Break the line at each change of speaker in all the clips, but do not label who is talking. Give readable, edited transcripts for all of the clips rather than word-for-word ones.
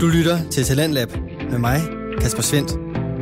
Du lytter til Talentlab med mig, Kasper Svendt.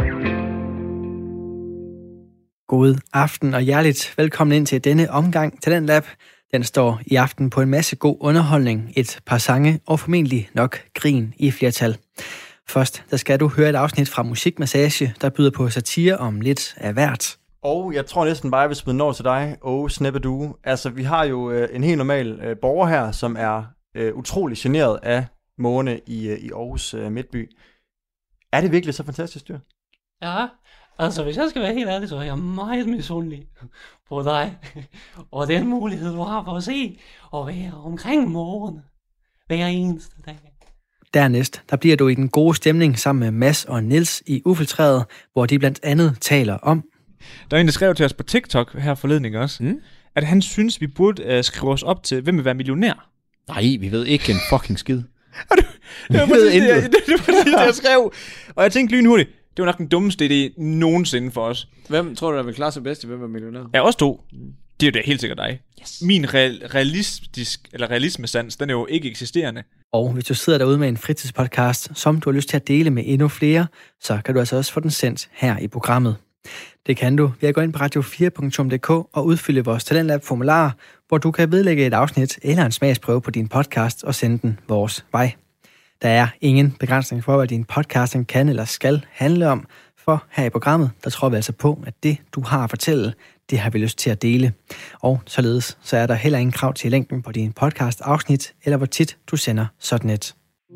God aften og hjerteligt velkommen ind til denne omgang Talentlab. Den står i aften på en masse god underholdning, et par sange og formentlig nok grin i flertal. Først der skal du høre et afsnit fra Musikmassage, der byder på satire om lidt af hvert.
Og jeg tror næsten bare, hvis vi når til dig, Snebadue. Altså, vi har jo en helt normal borger her, som er utrolig generet af mågerne i Aarhus Midtby. Er det virkelig så fantastisk dyr?
Ja, altså hvis jeg skal være helt ærlig, så er jeg meget misundelig på dig. Og den mulighed, du har for at se og være omkring mågerne hver eneste dag.
Dernæst, der bliver du i den gode stemning sammen med Mads og Niels i Ufiltreret, hvor de blandt andet taler om...
Der er en, der skrev til os på TikTok her forleden også, at han synes, vi burde skrive os op til, hvem vil være millionær.
Nej, vi ved ikke en fucking skid.
Det var præcis det, jeg skrev. Og jeg tænkte lynhurtigt, det var nok den dummeste idé nogensinde for os.
Hvem tror du, der vil klare sig bedst i hvem er millionær?
Ja, os to. Det er jo da helt sikkert dig. Yes. Min realismesans, den er jo ikke eksisterende.
Og hvis du sidder derude med en fritidspodcast, som du har lyst til at dele med endnu flere, så kan du altså også få den sendt her i programmet. Det kan du ved at gå ind på radio4.dk og udfylde vores Talentlab-formular, hvor du kan vedlægge et afsnit eller en smagsprøve på din podcast og sende den vores vej. Der er ingen begrænsning for, hvad din podcasting kan eller skal handle om, for her i programmet, der tror vi altså på, at det, du har at fortælle, det har vi lyst til at dele. Og således, så er der heller ingen krav til længden på din podcast-afsnit, eller hvor tit du sender sådan et.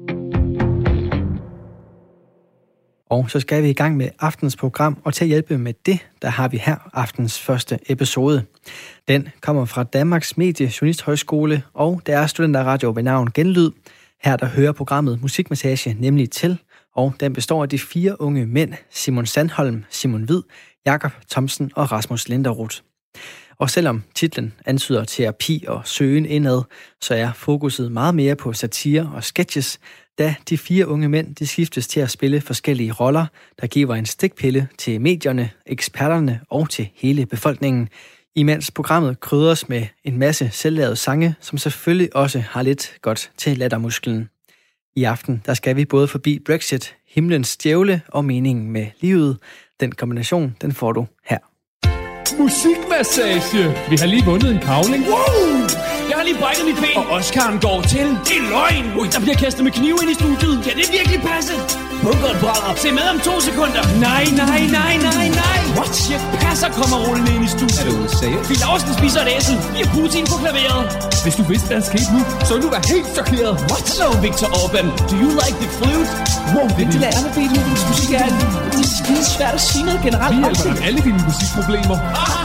Og så skal vi i gang med aftens program, og til at hjælpe med det, der har vi her aftens første episode. Den kommer fra Danmarks Mediejournalisthøjskole og deres studenterradio ved navn Genlyd. Her der hører programmet Musikmassage nemlig til, og den består af de 4 unge mænd, Simon Sandholm, Simon Hvid, Jakob Thomsen og Rasmus Linderoth. Og selvom titlen antyder terapi og søgen indad, så er fokuset meget mere på satire og sketches, da de 4 unge mænd de skiftes til at spille forskellige roller, der giver en stikpille til medierne, eksperterne og til hele befolkningen, imens programmet krydres med en masse selvlavede sange, som selvfølgelig også har lidt godt til lattermusklen. I aften der skal vi både forbi Brexit, himlens djævle og meningen med livet. Den kombination, den får du her.
Musikmassage. Vi har lige vundet en kavling.
Wow! Jeg har lige brækket mit ben.
Og Oscar'en går til.
Det er løgn.
Ui, der bliver kastet med knive ind i studiet.
Kan det virkelig passe? Bunkeren brænder. Se med om 2 sekunder.
Nej.
What? Chef Passer kommer rullende ind i studiet.
Er det ude seriøst?
Phil Austin spiser et æsel. Vi har Putin på klaveret.
Hvis du vidste, hvad der skete nu, så ville du være helt chokeret.
What? So, Victor Orban. Do you like the flute?
Wow,
det er lærerne Beethovens musik er. Det er skide svært at sige noget generelt.
Vi hjælper dig alle dine musikproblemer.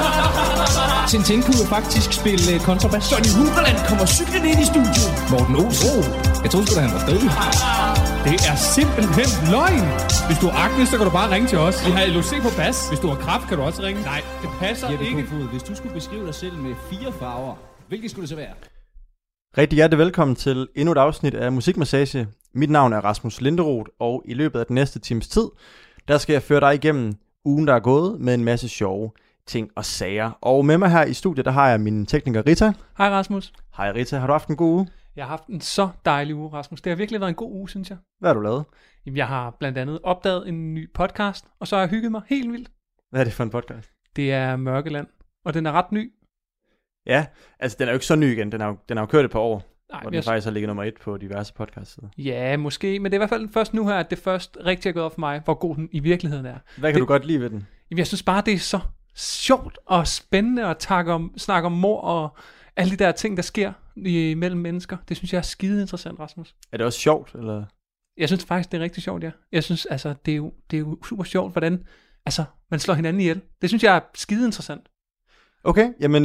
Tintin kunne faktisk spille kontrabas. Johnny Huberland kommer cyklen ind i studiet.
Morten Olsen. Jeg troede sgu da han var død. Det er simpelthen løgn. Hvis du har akne, så kan du bare ringe til os. Vi har LOC på bas. Hvis du har kræft, kan du også ringe. Nej, det passer ikke.
Hvis du skulle beskrive dig selv med 4 farver, hvilke skulle det så være?
Rigtig hjertelig velkommen til endnu et afsnit af Musikmassage. Mit navn er Rasmus Linderoth, og i løbet af den næste times tid, der skal jeg føre dig igennem ugen, der er gået, med en masse sjove ting og sager. Og med mig her i studiet, der har jeg min tekniker Rita.
Hej Rasmus.
Hej Rita, har du haft en god uge?
Jeg har haft en så dejlig uge, Rasmus. Det har virkelig været en god uge, synes jeg.
Hvad har du lavet?
Jamen, jeg har blandt andet opdaget en ny podcast, og så har jeg hygget mig helt vildt.
Hvad er det for en podcast?
Det er Mørkeland, og den er ret ny.
Ja, altså den er jo ikke så ny igen. Den har jo kørt et par år.
Nej,
hvor den faktisk har ligget nummer 1 på diverse podcasts.
Ja, måske, men det er i hvert fald først nu her, at det først rigtig er gået op for mig, hvor god den i virkeligheden er.
Hvad kan du godt lide ved den?
Jamen, jeg synes bare, det er så sjovt og spændende at snakke om mord og alle de der ting, der sker mellem mennesker. Det synes jeg er skide interessant, Rasmus.
Er det også sjovt, eller? Jeg
synes faktisk, det er rigtig sjovt, ja. Jeg synes, altså, det er jo super sjovt, hvordan man slår hinanden ihjel. Det synes jeg er skide interessant.
Okay, jamen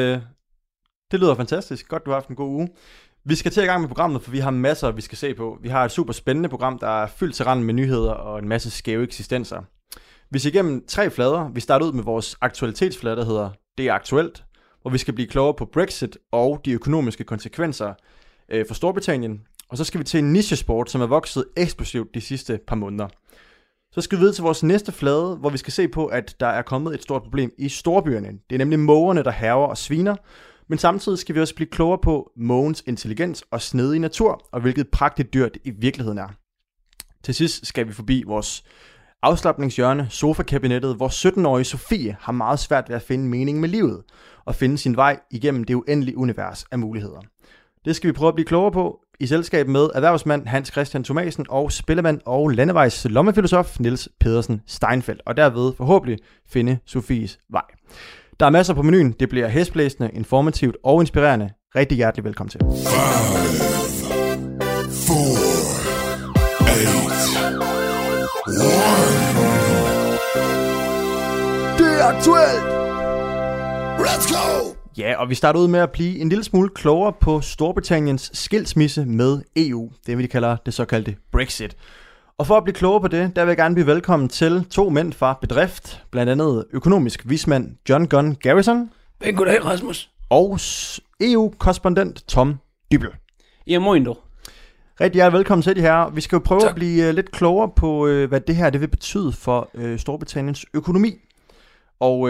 det lyder fantastisk. Godt, du har haft en god uge. Vi skal til i gang med programmet, for vi har masser, vi skal se på. Vi har et super spændende program, der er fyldt til randen med nyheder og en masse skæve eksistenser. Vi skal igennem 3 flader. Vi starter ud med vores aktualitetsflade, der hedder Det er aktuelt, hvor vi skal blive klogere på Brexit og de økonomiske konsekvenser for Storbritannien. Og så skal vi til en nichesport, som er vokset eksplosivt de sidste par måneder. Så skal vi videre til vores næste flade, hvor vi skal se på, at der er kommet et stort problem i storbyerne. Det er nemlig mågerne, der hærger og sviner. Men samtidig skal vi også blive klogere på mågens intelligens og snedige natur, og hvilket prægtigt dyr det i virkeligheden er. Til sidst skal vi forbi vores afslapningshjørne, sofakabinettet, hvor 17-årige Sofie har meget svært ved at finde mening med livet og finde sin vej igennem det uendelige univers af muligheder. Det skal vi prøve at blive klogere på i selskab med erhvervsmand Hans Christian Thomasen og spillemand og landevejs lommefilosof Niels Pedersen Steinfeldt, og derved forhåbentlig finde Sofies vej. Der er masser på menuen. Det bliver hæsblæsende, informativt og inspirerende. Rigtig hjertelig velkommen til.
5, 4, 8, 1. Det er aktuelt! Let's go!
Ja, og vi starter ud med at blive en lille smule klogere på Storbritanniens skilsmisse med EU. Det vi kalder det såkaldte Brexit. Og for at blive klogere på det, der vil jeg gerne blive velkommen til 2 mænd fra bedrift. Blandt andet økonomisk vismand John Gunn Garrison.
Goddag, Rasmus.
Og EU-korrespondent Tom Dybbøl.
Ja, moin du.
Rigtig hjertelig velkommen til de her. Vi skal jo prøve at blive lidt klogere på, hvad det her det vil betyde for Storbritanniens økonomi. Og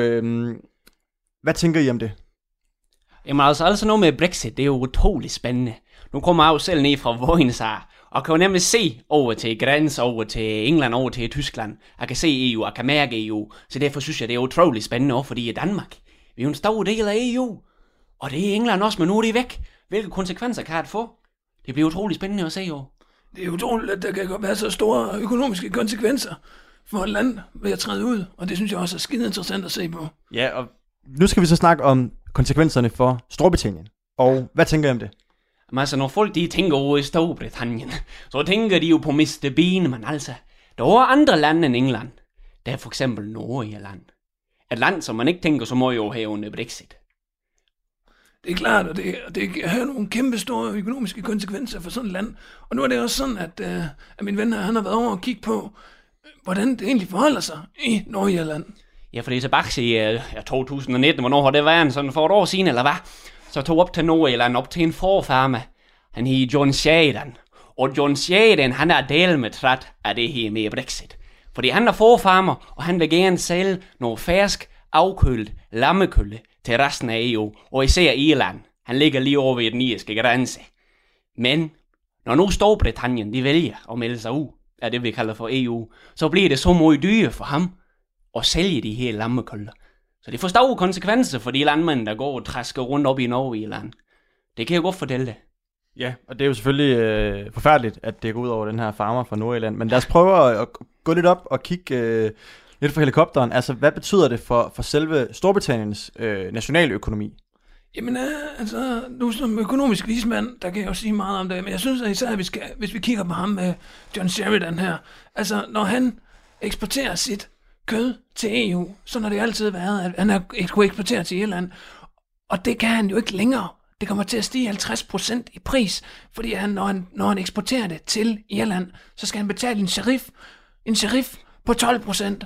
hvad tænker I om det?
Jamen altså noget med Brexit, det er jo utroligt spændende. Nu kommer jeg jo selv ned fra Voinsar, og kan jo nemlig se over til grænsen, over til England, over til Tyskland. Jeg kan se EU, jeg kan mærke EU, så derfor synes jeg, det er utroligt spændende også, fordi i Danmark, vi er jo en stor del af EU, og det er England også, men nu er de væk. Hvilke konsekvenser kan det få? Det bliver utroligt spændende at se jo.
Det er utroligt, at der kan være så store økonomiske konsekvenser for et land ved at træde ud, og det synes jeg også er skide interessant at se på.
Ja, og nu skal vi så snakke om konsekvenserne for Storbritannien. Og hvad tænker I om det?
Men altså, når folk de tænker over i Storbritannien, så tænker de jo på Mr. Bean, men altså, der er andre lande end England. Der er for eksempel Nordirland. Et land, som man ikke tænker så meget over her under Brexit.
Det er klart, og det har nogle kæmpe store økonomiske konsekvenser for sådan et land. Og nu er det også sådan, at min ven her, han har været over og kigge på, hvordan det egentlig forholder sig i Nordirland.
Ja, for det er tilbage i 2019, hvornår har det været sådan for et år siden, eller hvad? Så tog op til Nordirland, op til en forfarmer. Han hed John Sheridan. Og John Sheridan, han er del med træt af det her med Brexit. Fordi han er forfarmer, og han vil gerne sælge noget fersk, afkølet lammekølle til resten af EU, og især Irland. Han ligger lige over ved den irske grænse. Men når nu Storbritannien de vælger at melde sig ud af det, vi kalder for EU, så bliver det så meget dyre for ham at sælge de her lammekøller. Så det får store konsekvenser for de landmænd, der går og træsker rundt op i Nordirland. Det kan jeg godt fortælle det.
Ja, og det er jo selvfølgelig forfærdeligt, at det går ud over den her farmer fra Nordirland. Men lad os prøve at gå lidt op og kigge lidt fra helikopteren. Altså, hvad betyder det for selve Storbritanniens nationaløkonomi?
Jamen, altså, nu som økonomisk vismand, der kan jeg jo sige meget om det. Men jeg synes at især, hvis vi kigger på ham med John Sheridan her. Altså, når han eksporterer sit kød til EU, så har det altid været, at han kunne eksportere til Irland. Og det kan han jo ikke længere. Det kommer til at stige 50% i pris, fordi når han eksporterer det til Irland, så skal han betale en sharif på 12%.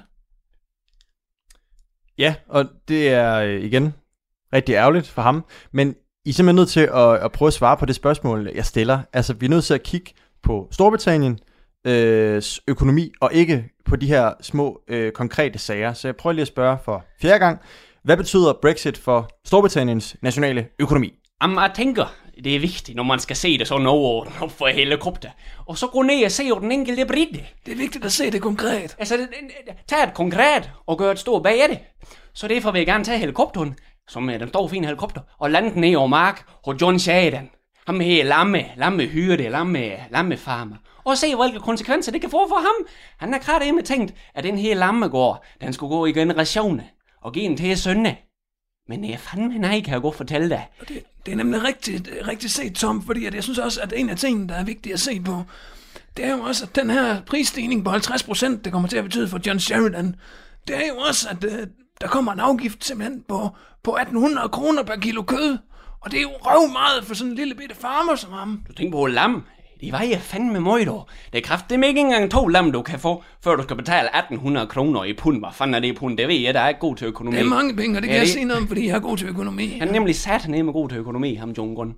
Ja, og det er igen rigtig ærgerligt for ham, men I er simpelthen nødt til at prøve at svare på det spørgsmål, jeg stiller. Altså, vi er nødt til at kigge på Storbritannien, økonomi, og ikke på de her små konkrete sager. Så jeg prøver lige at spørge for 4. gang. Hvad betyder Brexit for Storbritanniens nationale økonomi?
Jamen, jeg tænker, det er vigtigt, når man skal se det sådan overordnet op for helikopter. Og så gå ned og se den enkelte britte.
Det er vigtigt at se det konkret.
Altså, tag et konkret og gør et stort bag af det. Så derfor vil jeg gerne tage helikopteren, som er den store fine helikopter, og lande den ned over mark hos John Sheridan. Ham her lammehyrde, lammefarmer. Og se, hvilke konsekvenser det kan få for ham. Han har kraftedeme tænkt, at den her lammegård, den skulle gå i generationer og give den til sønne. Men jeg fandme nej, kan jeg godt fortælle dig.
Det er nemlig rigtigt set, Tom, fordi jeg synes også, at en af tingene, der er vigtigt at se på, det er jo også, at den her prisstigning på 50%, det kommer til at betyde for John Sheridan, det er jo også, at der kommer en afgift simpelthen på 1.800 kroner per kilo kød. Og det er jo røv meget for sådan en lille bitte farmer som ham.
Du tænker på lam. De vejer fandme meget, dog. Det er kraftedeme ikke engang 2 lam, du kan få, før du skal betale 1.800 kroner i pund. Hvad fanden er det i pund? Det ved jeg, der er ikke god til økonomi.
Det er mange penge, og det kan jeg sige noget om, fordi jeg er god til økonomi.
Han er nemlig sataneme god til økonomi, ham John Gunn.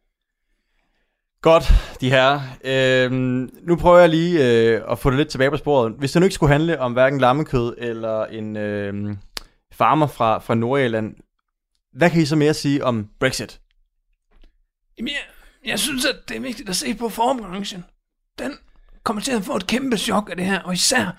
Godt, de her. Nu prøver jeg lige at få det lidt tilbage på sporet. Hvis det nu ikke skulle handle om hverken lammekød eller en farmer fra Nordirland, hvad kan I så mere sige om Brexit?
Jamen, jeg synes, at det er vigtigt at se på formbranchen. Den kommer til at få et kæmpe chok af det her, og især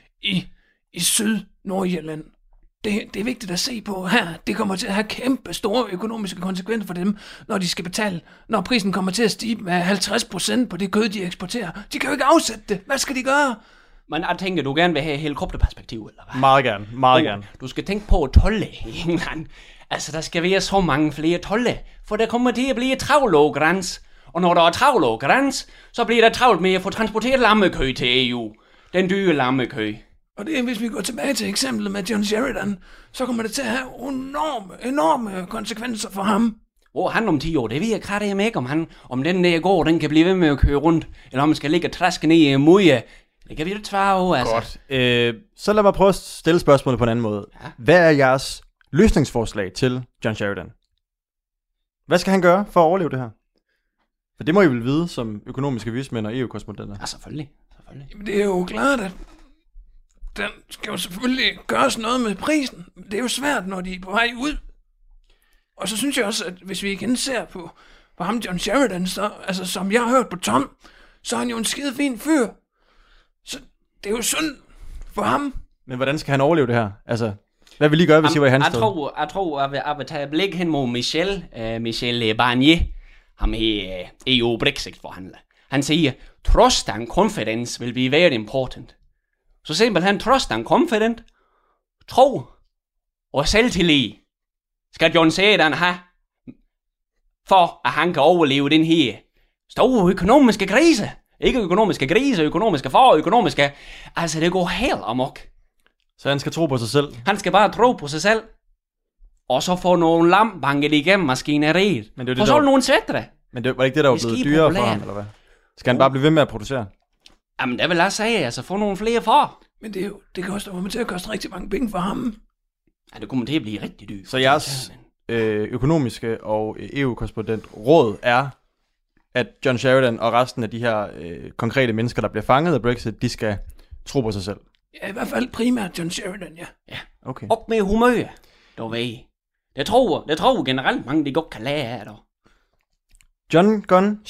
i Syd-Nordjylland. Det er vigtigt at se på her. Det kommer til at have kæmpe store økonomiske konsekvenser for dem, når de skal betale, når prisen kommer til at stige med 50% på det kød, de eksporterer. De kan jo ikke afsætte det. Hvad skal de gøre?
Men jeg tænker, du gerne vil have helikopterperspektiv, eller hvad?
Meget gerne, meget gerne.
Du skal tænke på tolle i England. Altså, der skal være så mange flere tolle, for der kommer til at blive travlt over græns. Og når der er travlt over græns, så bliver der travlt med at få transporteret lammekød til EU. Den dyre lammekød.
Og det er, hvis vi går tilbage til eksemplet med John Sheridan, så kommer det til at have enorme konsekvenser for ham.
Han om 10 år, det ved jeg kraftedeme ikke, om den der gård, den kan blive ved med at køre rundt, eller om man skal ligge og træske ned i mudje. Det kan vi da svare over, altså.
Godt. Så lad mig prøve at stille spørgsmålet på en anden måde. Ja. Hvad er jeres løsningsforslag til John Sheridan? Hvad skal han gøre for at overleve det her? For det må I vel vide som økonomiske vismænd og EU-korrespondenter.
Ja, selvfølgelig.
Jamen, det er jo klart, at den skal jo selvfølgelig gøres noget med prisen. Det er jo svært, når de er på vej ud. Og så synes jeg også, at hvis vi igen ser på ham, John Sheridan, så, altså som jeg har hørt på Tom, så er han jo en skide fin fyr. Så det er jo synd for ham.
Men hvordan skal han overleve det her? Altså, hvad vil I gøre, hvis I var i hans sted?
Jeg tror, jeg vil tage blik hen mod Michel Barnier, ham er EU-Brexit-forhandler. Han siger, trust and confidence will be very important. Så simpelthen trust and confidence, tro og selvtillid skal John Sheridan have, for at han kan overleve den her store økonomiske krise. Ikke økonomiske krise, økonomiske... Altså, det går helt amok.
Så han skal tro på sig selv?
Han skal bare tro på sig selv. Og så få nogle lam banket igennem maskineriet. Og så nogle svætre.
Men det var ikke det, der var blevet dyrere for ham, eller hvad? Skal han bare blive ved med at producere?
Jamen, det vil jeg sige, altså få nogle flere for.
Men det kan også være til at koste rigtig mange penge for ham.
Ja, det kommer til at blive rigtig dyrt.
Så jeres økonomiske og EU-korrespondent råd er, at John Sheridan og resten af de her konkrete mennesker, der bliver fanget af Brexit, de skal tro på sig selv?
Ja, i hvert fald primært John Sheridan, ja.
Ja, okay. Op med humør, du ved. Det tror generelt mange, de godt kan lære af dig.
John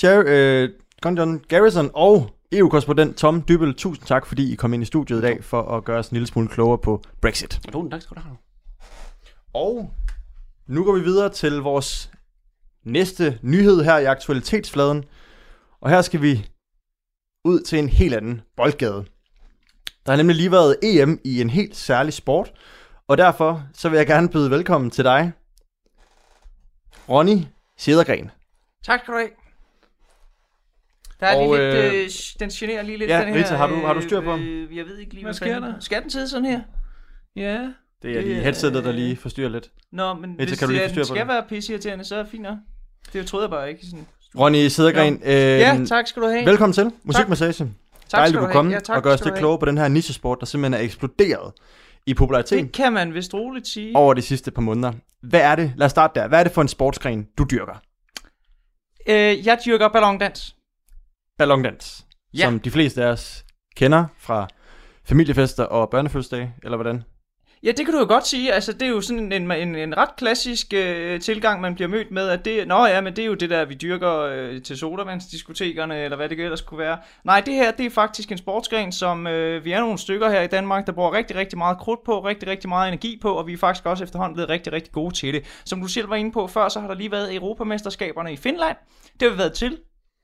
Garrison og EU-korrespondent Tom Dybbøl, tusind tak, fordi I kom ind i studiet i dag for at gøre os en lille smule klogere på Brexit.
Tak skal du have.
Og nu går vi videre til vores næste nyhed her i aktualitetsfladen. Og her skal vi ud til en helt anden boldgade. Der har nemlig lige været EM i en helt særlig sport, og derfor så vil jeg gerne byde velkommen til dig, Ronny Cedergren.
Tak skal du have. Der er og, lige lidt, den generer lige lidt.
Ja,
den
Rita,
her,
har du styr på ham?
Jeg ved ikke lige,
hvad sker der?
Skal den sidde sådan her? Ja.
Det er lige headsetet, der lige forstyrrer lidt.
Nå, men
Rita,
hvis den skal være pisseirriterende, så er det fint nok. Det troede jeg bare ikke. Sådan.
Ronny Cedergren,
ja, tak skal du have.
Velkommen til Musikmassage. Dejligt, du kunne komme og gøre os lidt klogere på den her nichesport, der simpelthen er eksploderet i popularitet.
Det kan man vist roligt sige.
Over de sidste par måneder. Hvad er det? Lad os starte der. Hvad er det for en sportsgren, du dyrker?
Jeg dyrker ballondans.
Ballondans, ja. Som de fleste af os kender fra familiefester og børnefødselsdage, eller hvordan?
Ja, det kan du jo godt sige. Altså, det er jo sådan en ret klassisk tilgang, man bliver mødt med, at det, men det er jo det der, vi dyrker til sodavandsdiskotekerne, eller hvad det ellers kunne være. Nej, det her, det er faktisk en sportsgren, som vi er nogle stykker her i Danmark, der bruger rigtig, rigtig meget krudt på, rigtig, rigtig meget energi på, og vi er faktisk også efterhånden blevet rigtig, rigtig gode til det. Som du selv var inde på før, så har der lige været Europamesterskaberne i Finland. Det har vi været til.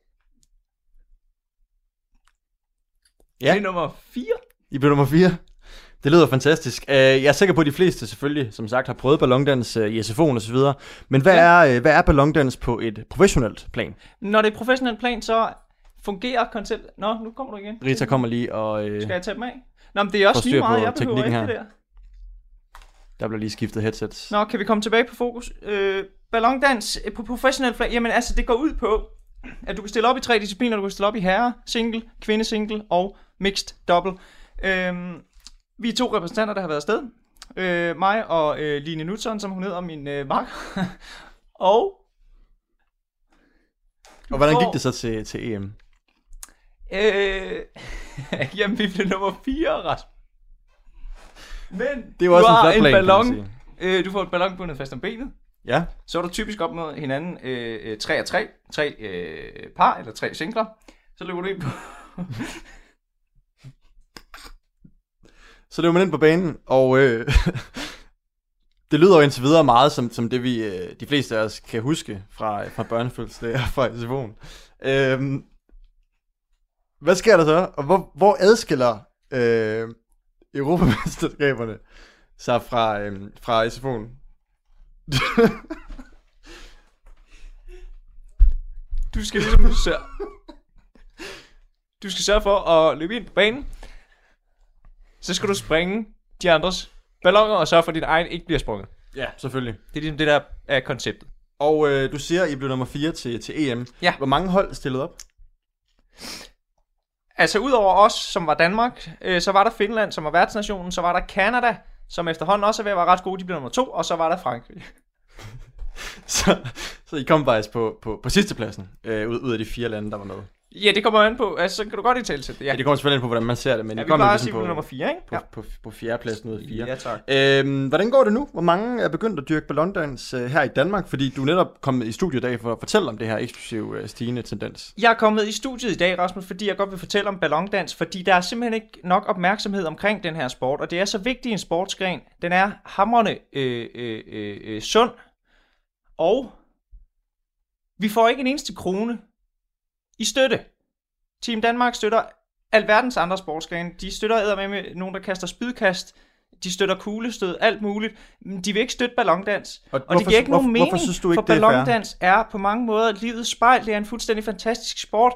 Ja.
Det er nummer 4.
I blev nummer 4. Det lyder fantastisk. Jeg er sikker på, at de fleste selvfølgelig, som sagt, har prøvet ballondans i SFO'en og så videre. Men hvad er ballondans på et professionelt plan?
Når det er et professionelt plan, så fungerer konceptet... Nå, nu kommer du igen.
Rita kommer lige og...
Skal jeg tage dem af? Nå, men det er også lige meget, jeg behøver ikke det der.
Der bliver lige skiftet headsets.
Nå, kan vi komme tilbage på fokus? Ballondans på professionelt plan, jamen altså, det går ud på, at du kan stille op i 3 discipliner. Du kan stille op i herre, single, kvinde, single og mixed double. Vi er 2 repræsentanter, der har været afsted. Mig og Line Knudsen, som hun hedder, min makker. Og
hvordan gik det så til EM?
Jamen, vi blev nummer 4, Rasmus. Men
det var også
en ballon. Du får et ballon bundet fast om benet.
Ja.
Så er du typisk op mod hinanden 3 og 3. 3 par eller 3 singler. Så løber du ind
Så det var man ind på banen, og det lyder jo indtil videre meget som det, vi de fleste af os kan huske fra børnefødselsdag og fra SFO'en. Hvad sker der så? Og hvor adskiller Europamesterskaberne sig fra SFO'en?
Du skal ligesom du skal sørge for at løbe ind på banen. Så skal du springe de andres balloner og sørge for, at din egen ikke bliver sprunget.
Ja, selvfølgelig.
Det er ligesom det, der er konceptet.
Og du siger, at I blev nummer 4 til EM.
Ja.
Hvor mange hold stillede op?
Altså udover os, som var Danmark, så var der Finland, som var værtsnationen, så var der Canada, som efterhånden også er ved at være ret gode, de blev nummer 2, og så var der Frankrig.
så I kom faktisk på sidstepladsen, ud af de 4 lande, der var med.
Ja, det kommer an på, altså så kan du godt i talsætte det.
Ja, det kommer selvfølgelig an på, hvordan man ser det, men
ja,
I kom
bare
ligesom
på nummer 4, ikke?
Ja. På 4. pladsen ud af 4.
Ja, tak.
Hvordan går det nu? Hvor mange er begyndt at dyrke ballondans her i Danmark? Fordi du er netop kommet i studiet i dag for at fortælle om det her eksplosive stigende tendens.
Jeg er kommet i studiet i dag, Rasmus, fordi jeg godt vil fortælle om ballondans, fordi der er simpelthen ikke nok opmærksomhed omkring den her sport, og det er så vigtig en sportsgren. Den er hamrende sund, og vi får ikke en eneste krone i støtte. Team Danmark støtter alverdens andre sportsgrene. De støtter med nogen, der kaster spydkast. De støtter kuglestød, alt muligt. De vil ikke støtte ballondans. Og det giver ikke nogen mening, for ballondans er på mange måder livets spejl. Det er en fuldstændig fantastisk sport.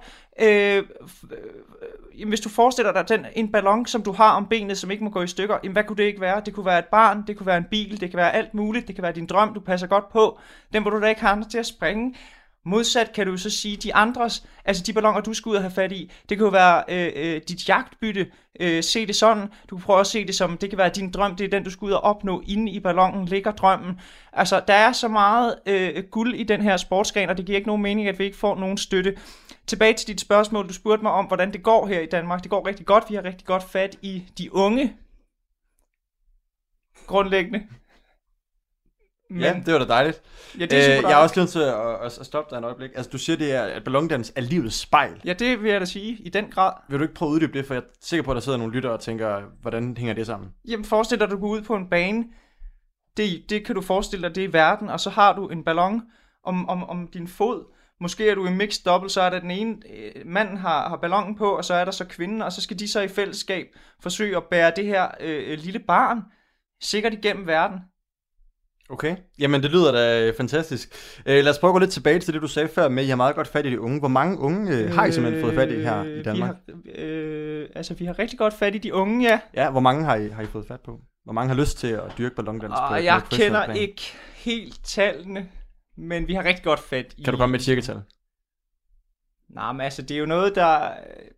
Hvis du forestiller dig en ballon, som du har om benet, som ikke må gå i stykker, jamen, hvad kunne det ikke være? Det kunne være et barn, det kunne være en bil, det kan være alt muligt. Det kan være din drøm, du passer godt på. Den hvor du da ikke har andre til at springe. Modsat kan du så sige, de andres, altså de balloner, du skal ud og have fat i, det kan jo være dit jagtbytte, se det sådan, du kan prøve at se det som, det kan være din drøm, det er den, du skal ud og opnå, inde i ballonen ligger drømmen. Altså, der er så meget guld i den her sportsgren, og det giver ikke nogen mening, at vi ikke får nogen støtte. Tilbage til dit spørgsmål, du spurgte mig om, hvordan det går her i Danmark. Det går rigtig godt, vi har rigtig godt fat i de unge, grundlæggende.
Men, ja, det var da dejligt.
Ja, det er super dejligt.
Jeg er også nødt til at stoppe dig et øjeblik. Altså, du siger, at ballondans er livets spejl.
Ja, det vil jeg da sige, i den grad.
Vil du ikke prøve at uddybe det, for jeg er sikker på, at der sidder nogle lyttere og tænker, hvordan hænger det sammen?
Jamen, forestil dig, at du går ud på en bane. Det kan du forestille dig, det er verden, og så har du en ballon om din fod. Måske er du i mixed double, så er der den ene, manden har ballonen på, og så er der så kvinden, og så skal de så i fællesskab forsøge at bære det her lille barn sikkert igennem verden.
Okay, jamen det lyder da fantastisk. Lad os prøve at gå lidt tilbage til det, du sagde før med, at I har meget godt fat i de unge. Hvor mange unge har I simpelthen fået fat i her i Danmark?
Vi har rigtig godt fat i de unge, ja.
Ja, hvor mange har I fået fat på? Hvor mange har lyst til at dyrke ballondans på?
Jeg kender ikke helt tallene, men vi har rigtig godt fat i...
Kan du komme med et cirketal?
Nej, men altså, det er jo noget, der...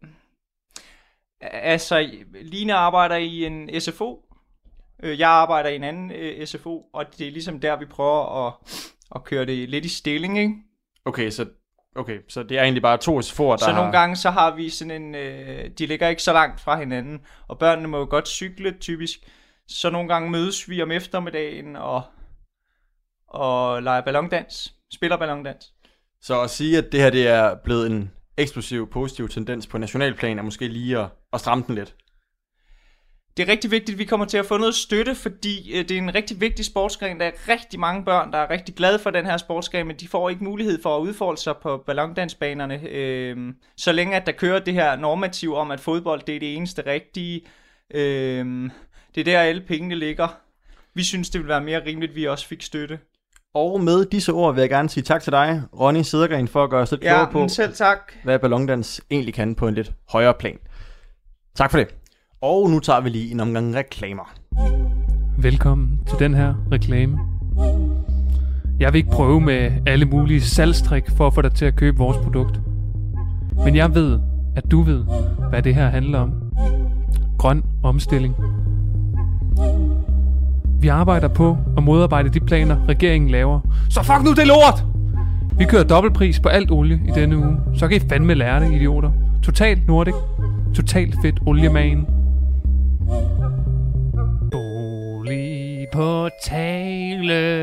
Altså, Line arbejder i en SFO. Jeg arbejder i en anden SFO, og det er ligesom der, vi prøver at køre det lidt i stilling, ikke?
Okay, så det er egentlig bare 2 SFO'er, der
så nogle gange, så har vi sådan en... de ligger ikke så langt fra hinanden, og børnene må jo godt cykle, typisk. Så nogle gange mødes vi om eftermiddagen og leger ballondans. Spiller ballondans.
Så at sige, at det her det er blevet en eksplosiv, positiv tendens på nationalplan, er måske lige at stramme den lidt.
Det er rigtig vigtigt, at vi kommer til at få noget støtte, fordi det er en rigtig vigtig sportsgren. Der er rigtig mange børn, der er rigtig glade for den her sportsgren, men de får ikke mulighed for at udfolde sig på ballondansbanerne. Så længe at der kører det her normativ om, at fodbold det er det eneste rigtige. Det er der, alle pengene ligger. Vi synes, det ville være mere rimeligt, at vi også fik støtte.
Og med disse ord vil jeg gerne sige tak til dig, Ronny Cedergren, for at gøre os lidt klogere på,
selv tak.
Hvad ballondans egentlig kan på en lidt højere plan. Tak for det. Og nu tager vi lige en omgang reklamer.
Velkommen til den her reklame. Jeg vil ikke prøve med alle mulige salgstrik for at få dig til at købe vores produkt. Men jeg ved, at du ved, hvad det her handler om. Grøn omstilling. Vi arbejder på at modarbejde de planer, regeringen laver. Så fuck nu det lort! Vi kører dobbeltpris på alt olie i denne uge. Så kan I fandme lære det, idioter. Total Nordic. Total fedt oliemagen. Bolig på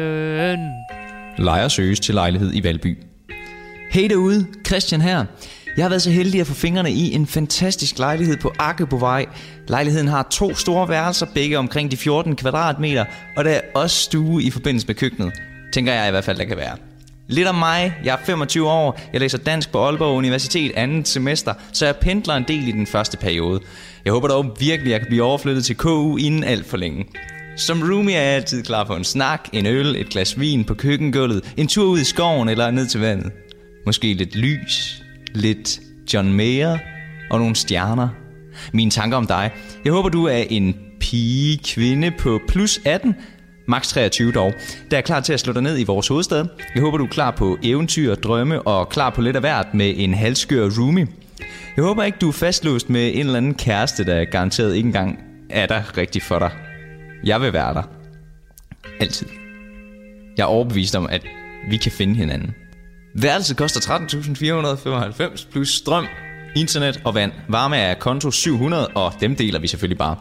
talen.
Lejer søges til lejlighed i Valby. Hey derude, Christian her. Jeg har været så heldig at få fingrene i en fantastisk lejlighed på Akkebovej. Lejligheden har 2 store værelser, begge omkring de 14 kvadratmeter, og der er også stue i forbindelse med køkkenet. Tænker jeg i hvert fald, der kan være. Lidt om mig. Jeg er 25 år. Jeg læser dansk på Aalborg Universitet 2. semester, så jeg pendler en del i den første periode. Jeg håber dog virkelig, at jeg kan blive overflyttet til KU inden alt for længe. Som roomie er jeg altid klar på en snak, en øl, et glas vin på køkkengulvet, en tur ud i skoven eller ned til vandet. Måske lidt lys, lidt John Mayer og nogle stjerner. Mine tanker om dig. Jeg håber, du er en pige, kvinde på plus 18, max 23 dog, der er klar til at slå dig ned i vores hovedstad. Jeg håber, du er klar på eventyr, drømme og klar på lidt af hvert med en halvskør roomie. Jeg håber ikke, du er fastlåst med en eller anden kæreste, der garanteret ikke engang er der rigtig for dig. Jeg vil være der. Altid. Jeg er overbevist om, at vi kan finde hinanden. Værelset koster 13.495 plus strøm, internet og vand. Varme er konto 700, og dem deler vi selvfølgelig bare.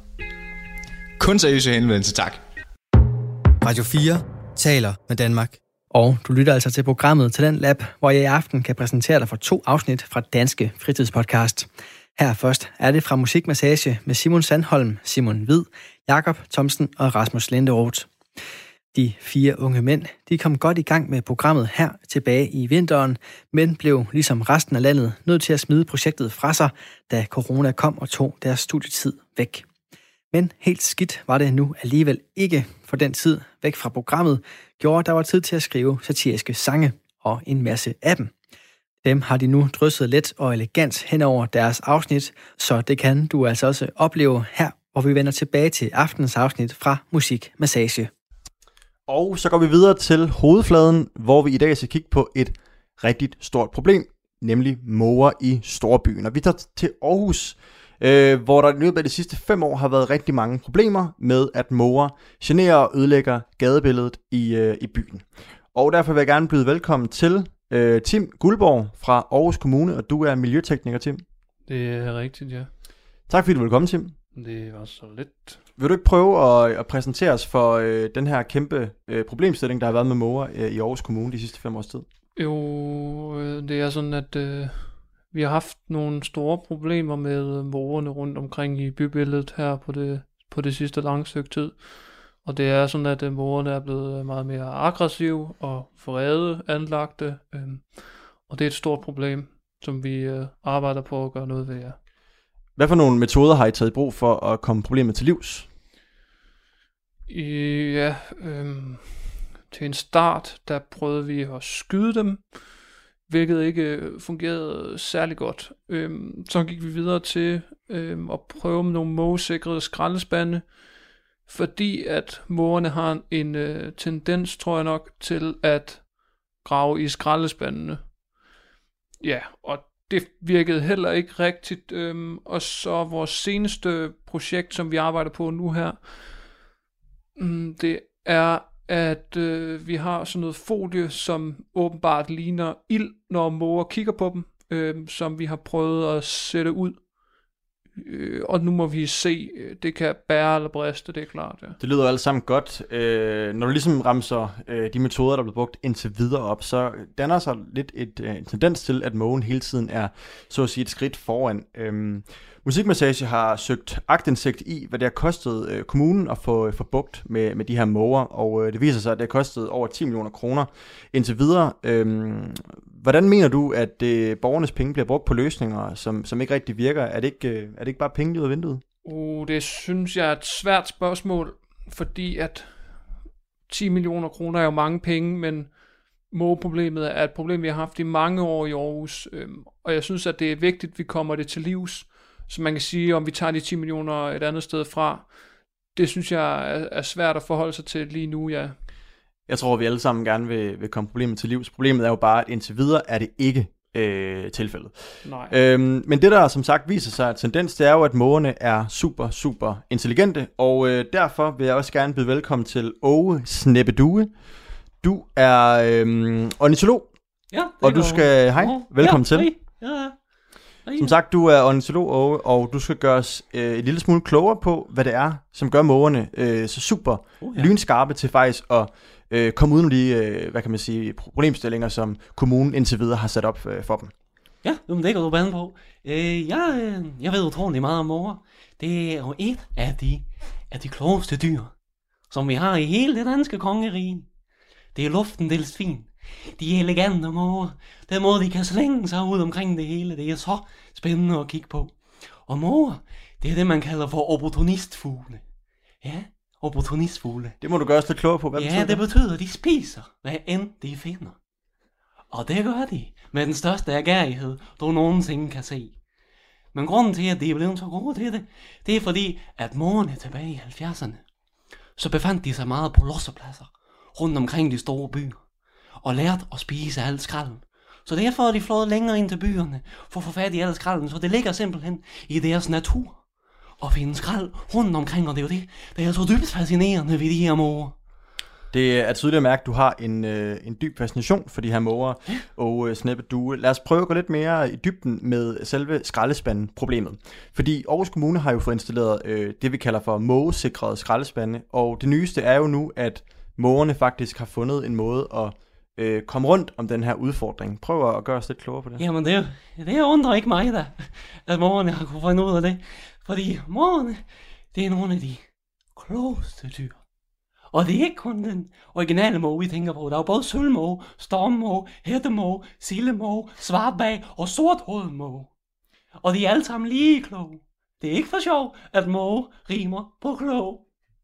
Kun seriøse henvendelse, tak.
Radio 4 taler med Danmark. Og du lytter altså til programmet Til den Lab, hvor jeg i aften kan præsentere dig for 2 afsnit fra Danske Fritidspodcast. Her først er det fra Musikmassage med Simon Sandholm, Simon Hvid, Jakob Thomsen og Rasmus Linderoth. De 4 unge mænd, de kom godt i gang med programmet her tilbage i vinteren, men blev ligesom resten af landet nødt til at smide projektet fra sig, da corona kom og tog deres studietid væk. Men helt skidt var det nu alligevel ikke, for den tid væk fra programmet gjorde, at der var tid til at skrive satiriske sange, og en masse af dem. Dem har de nu drysset let og elegant hen over deres afsnit, så det kan du altså også opleve her, hvor vi vender tilbage til aftens afsnit fra Musikmassage.
Og så går vi videre til hovedfladen, hvor vi i dag skal kigge på et rigtig stort problem, nemlig måger i storbyen. Og vi tager til Aarhus, hvor der i løbet af de sidste 5 år har været rigtig mange problemer med, at måger generer og ødelægger gadebilledet i byen. Og derfor vil jeg gerne byde velkommen til Tim Guldborg fra Aarhus Kommune, og du er miljøtekniker, Tim.
Det er rigtigt, ja.
Tak fordi du vil komme, Tim.
Det var så lidt.
Vil du ikke prøve at præsentere os for den her kæmpe problemstilling, der har været med måger i Aarhus Kommune de sidste 5 års tid?
Jo, det er sådan, at vi har haft nogle store problemer med mågerne rundt omkring i bybilledet her på det sidste lange stykke tid. Og det er sådan, at mågerne er blevet meget mere aggressive og vrede anlagte. Og det er et stort problem, som vi arbejder på at gøre noget ved, ja.
Hvad for nogle metoder har I taget i brug for at komme problemet til livs?
Til en start, der prøvede vi at skyde dem, hvilket ikke fungerede særlig godt. Så gik vi videre til at prøve med nogle mågesikrede skraldespande, fordi at mågerne har en tendens, tror jeg nok, til at grave i skraldespandene. Ja, og det virkede heller ikke rigtigt. Og så vores seneste projekt, som vi arbejder på nu her, det er, at vi har sådan noget folie, som åbenbart ligner ild, når måger kigger på dem, som vi har prøvet at sætte ud. Og nu må vi se, det kan bære eller briste, det er klart. Ja.
Det lyder alt sammen godt. Når du ligesom ramser de metoder, der er blevet brugt indtil videre op, så danner sig lidt en tendens til, at mågen hele tiden er, så at sige, et skridt foran. Musikmassage har søgt aktindsigt i, hvad det har kostet kommunen at få bugt med de her måger, og det viser sig, at det har kostet over 10 millioner kroner indtil videre. Hvordan mener du, at borgernes penge bliver brugt på løsninger, som ikke rigtig virker? Er det ikke bare penge ud af vinduet?
Det synes jeg er et svært spørgsmål, fordi at 10 millioner kroner er jo mange penge, men mågeproblemet er et problem, vi har haft i mange år i Aarhus, og jeg synes, at det er vigtigt, at vi kommer det til livs. Så man kan sige, om vi tager de 10 millioner et andet sted fra, det synes jeg er svært at forholde sig til lige nu, ja.
Jeg tror, vi alle sammen gerne vil komme problemet til livs. Problemet er jo bare, at indtil videre er det ikke tilfældet.
Nej.
Men det, der som sagt viser sig en tendens, det er jo, at mågerne er super, super intelligente, og derfor vil jeg også gerne byde velkommen til Åge Sneppedue. Du er ornitolog,
ja,
og du skal... Hej, velkommen til.
Hej. Ja.
Som sagt, du er ornitolog, Åge, og du skal gøre os et lille smule klogere på, hvad det er, som gør mågerne så super lynskarpe til faktisk at komme uden de, hvad kan man sige, problemstillinger, som kommunen indtil videre har sat op for dem.
Ja, det kan du bande på. Jeg ved utrolig meget om måger. Det er jo et af de klogeste dyr, som vi har i hele det danske kongerige. Det er luftens fin. De er elegante måger. Den måde, de kan slænge sig ud omkring det hele, det er så spændende at kigge på. Og måger, det er det, man kalder for opportunistfugle. Ja, opportunistfugle.
Det må du gøre os lidt klogere på. Hvad betyder det?
Det betyder, at de spiser, hvad end de finder. Og det gør de med den største agerighed, du nogensinde kan se. Men grunden til, at de er blevet så gode til det er fordi, at mågerne tilbage i 70'erne, så befandt de sig meget på lossepladser rundt omkring de store byer, og lærte at spise alt skralden. Så derfor er de flået længere ind til byerne for at få fat i alt skralden, så det ligger simpelthen i deres natur at finde skrald rundt omkring, og det er jo det er så dybt fascinerende ved de her måger.
Det er tydeligt at mærke, at du har en dyb fascination for de her måger. Og Sneppe Due, lad os prøve at gå lidt mere i dybden med selve skraldespanden-problemet. Fordi Aarhus Kommune har jo fået installeret det, vi kalder for mågesikrede skraldespande. Og det nyeste er jo nu, at mågerne faktisk har fundet en måde at komme rundt om den her udfordring. Prøv at gøre os lidt klogere på det.
Jamen det undrer ikke mig da, at mågerne har kunne finde ud af det. Fordi mågerne, det er nogle af de klogeste dyr. Og det er ikke kun den originale måge, vi tænker på. Der er jo både sølvmåge, stormmåge, hættemåge, sildemåge, svartbag og sorthovedet måge. Og de er alle sammen lige kloge. Det er ikke for sjov, at måge rimer på klog.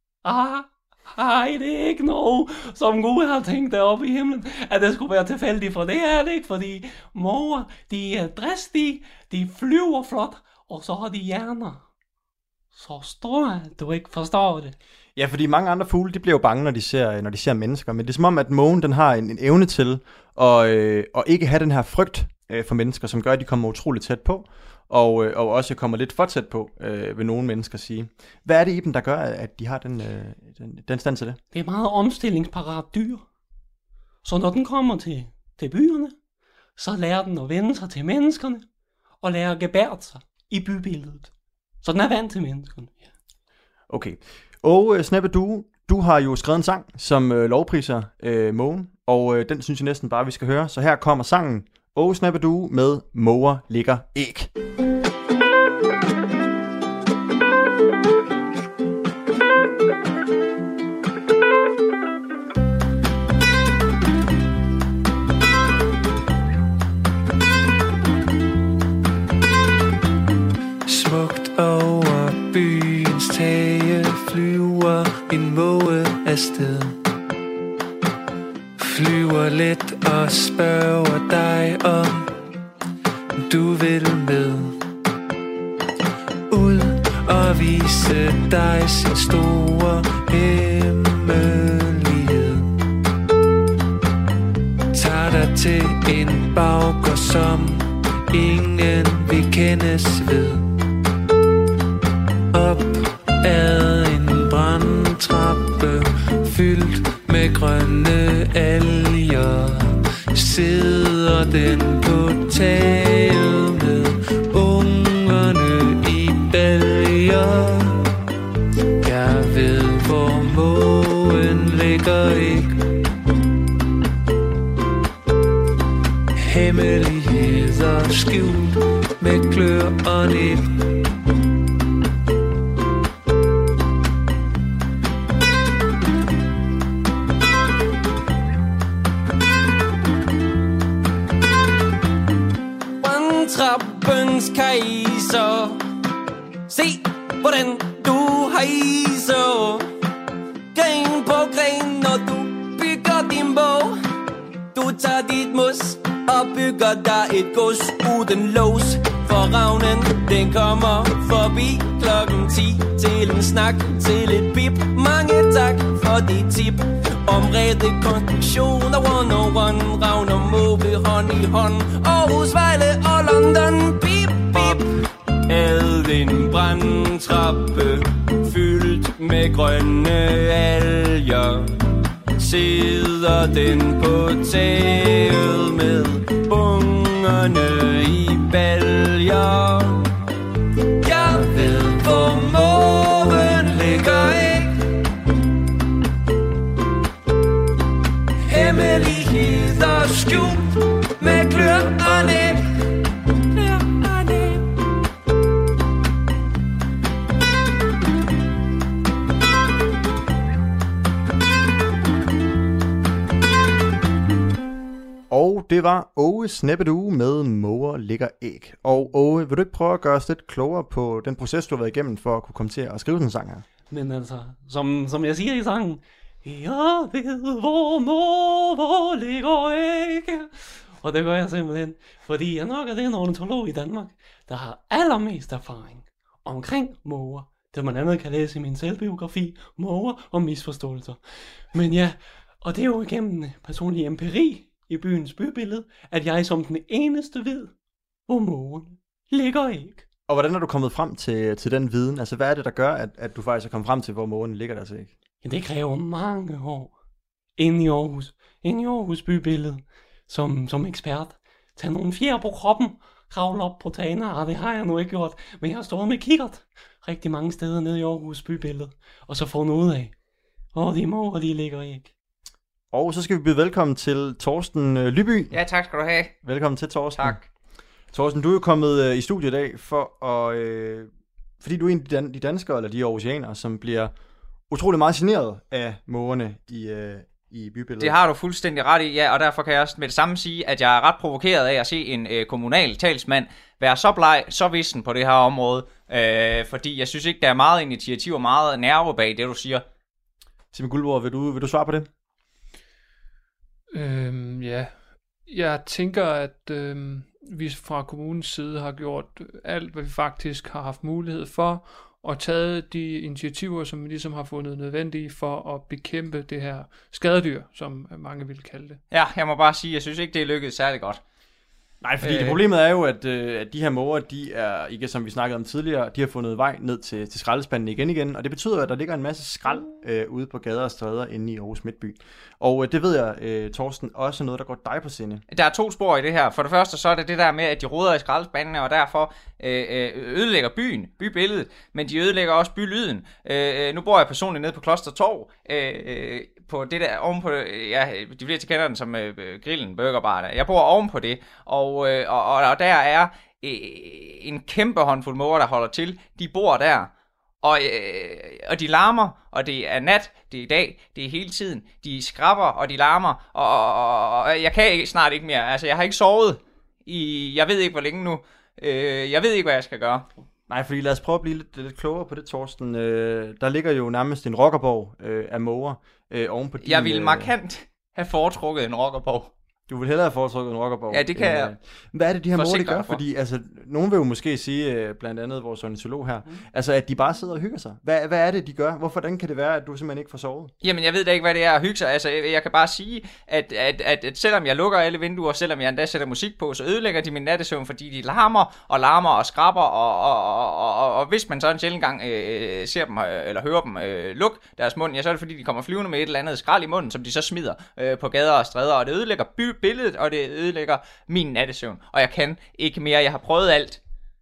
Det er ikke noget, som Gud har tænkt deroppe i himlen, at det skulle være tilfældigt, for det er det ikke, fordi måger, de er dristige, de flyver flot, og så har de hjerner. Så store, at du ikke forstår det.
Ja, fordi mange andre fugle, de bliver jo bange, når de ser mennesker, men det er som om, at mågen, den har en evne til at ikke have den her frygt for mennesker, som gør, at de kommer utroligt tæt på, og også kommer lidt for tæt på, vil nogle mennesker sige. Hvad er det i dem, der gør, at de har den stand til det?
Det er meget omstillingsparat dyr. Så når den kommer til byerne, så lærer den at vende sig til menneskerne, og lærer at gebærde sig i bybilledet. Så den er vant til menneskerne. Ja.
Okay. Og Sneppe Due, du har jo skrevet en sang, som lovpriser mågen, og den synes jeg næsten bare, vi skal høre. Så her kommer sangen, og Sneppe Due med Måger ligger æg.
Smukt over byens tage flyver en måge afsted. Flyver let og spørger dig om du vil med. Ud og vise dig sin store hemmelighed. Tager dig til en baggård, som ingen vil kendes ved. Op ad en brandtrappe fyldt med grønne alger, sidder den på taget med ungerne i baljer. Jeg ved, hvor mågen ligger ikke. Hemmeligheder skjult med klør og næb.
Trappens kejser, se hvordan du hejser. Gren på gren, når du bygger din bog. Du tager dit mus og bygger dig et gods uden lås. For ravnen, den kommer forbi klokken 10 til en snak, til et pip. Mange tak for dit tip om rette konstruktioner 101. Ravn og måge hånd i hånd, Aarhus, Vejle og London. Bip, bip. Ad en brandtrappe fyldt med grønne alger, sidder den på taget med ungerne i baljer. Jeg ved, hvor mågen ligger ikke. Hemmeligheder skjult med klør og næb.
Det var Åge Sneppedue med Måger ligger æg. Og Åge, vil du ikke prøve at gøre os lidt klogere på den proces, du har været igennem for at kunne komme til at skrive den sang her?
Men altså, som jeg siger i sangen, jeg ved, hvor måger ligger æg. Og det gør jeg simpelthen, fordi jeg nok er den ornitolog i Danmark, der har allermest erfaring omkring måger. Det man andet kan læse i min selvbiografi, Måger og misforståelser. Men ja, og det er jo igennem personlig empiri i byens bybillede, at jeg som den eneste ved, hvor mågerne ligger æg.
Og hvordan er du kommet frem til den viden? Altså, hvad er det, der gør, at du faktisk er kommet frem til, hvor mågerne ligger deres æg?
Ja, det kræver mange år inde i Aarhus bybillede, som ekspert. Tag nogle fjer på kroppen, kravle op på tagene, og det har jeg nu ikke gjort, men jeg har stået med kikkert rigtig mange steder nede i Aarhus bybillede, og så fundet ud af, hvor de måger, de ligger æg.
Og så skal vi byde velkommen til Torsten Lyby.
Ja, tak skal du have.
Velkommen til, Torsten.
Tak.
Torsten, du er jo kommet i studiet i dag, fordi du er en af de danskere, eller de aarhusianere, som bliver utrolig meget generet af mågerne i bybilledet.
Det har du fuldstændig ret i, ja, og derfor kan jeg også med det samme sige, at jeg er ret provokeret af at se en kommunal talsmand være så bleg, så vissen på det her område, fordi jeg synes ikke, der er meget initiativ og meget nerve bag det, du siger.
Simon Guldborg, vil du svare på det?
Ja, jeg tænker, at vi fra kommunens side har gjort alt, hvad vi faktisk har haft mulighed for, og taget de initiativer, som vi ligesom har fundet nødvendige for at bekæmpe det her skadedyr, som mange vil kalde det.
Ja, jeg må bare sige, at jeg synes ikke, det er lykkedes særlig godt.
Nej, fordi det problemet er jo, at de her måger, de er, ikke som vi snakkede om tidligere, de har fundet vej ned til skraldespanden igen, og det betyder, at der ligger en masse skrald ude på gader og stræder inde i Aarhus Midtby. Og det ved jeg, Torsten, også noget, der går dig på sinde.
Der er 2 spor i det her. For det første, så er det der med, at de roder i skraldespandene, og derfor ødelægger bybilledet, men de ødelægger også bylyden. Nu bor jeg personligt nede på Kloster Torv, på det der ovenpå, ja, de fleste kender den som grillen, burgerbar. Jeg bor ovenpå det, og der er en kæmpe håndfuld måger, der holder til. De bor der, og de larmer, og det er nat, det er i dag, det er hele tiden. De skrabber, og de larmer, og jeg kan snart ikke mere. Altså, jeg har ikke sovet i, jeg ved ikke hvor længe nu. Jeg ved ikke, hvad jeg skal gøre.
Nej, fordi lad os prøve at blive lidt klogere på det, Torsten. Der ligger jo nærmest en rockerborg af måger oven på din...
Jeg ville markant have foretrukket en rockerborg.
Du vil hellere have foretrukket en rockerborg.
Ja, det kan jeg.
Hvad er det, de her måger, de gør? Fordi altså, nogen vil jo måske sige, blandt andet vores ornitolog her, altså at de bare sidder og hygger sig. Hvad er det, de gør? Hvordan kan det være, at du simpelthen ikke får sovet?
Jamen, jeg ved da ikke, hvad det er at hygge sig. Altså, jeg kan bare sige, at selvom jeg lukker alle vinduer, selvom jeg endda sætter musik på, så ødelægger de min nattesøvn, fordi de larmer og skrabber, og hvis man så en sjældent gang ser dem, eller hører dem lukke deres mund, ja, så er det fordi, de kommer flyvende med et eller andet skrald i munden, som de så smider på gader og stræder, og det ødelægger billedet, og det ødelægger min nattesøvn. Og jeg kan ikke mere. Jeg har prøvet alt.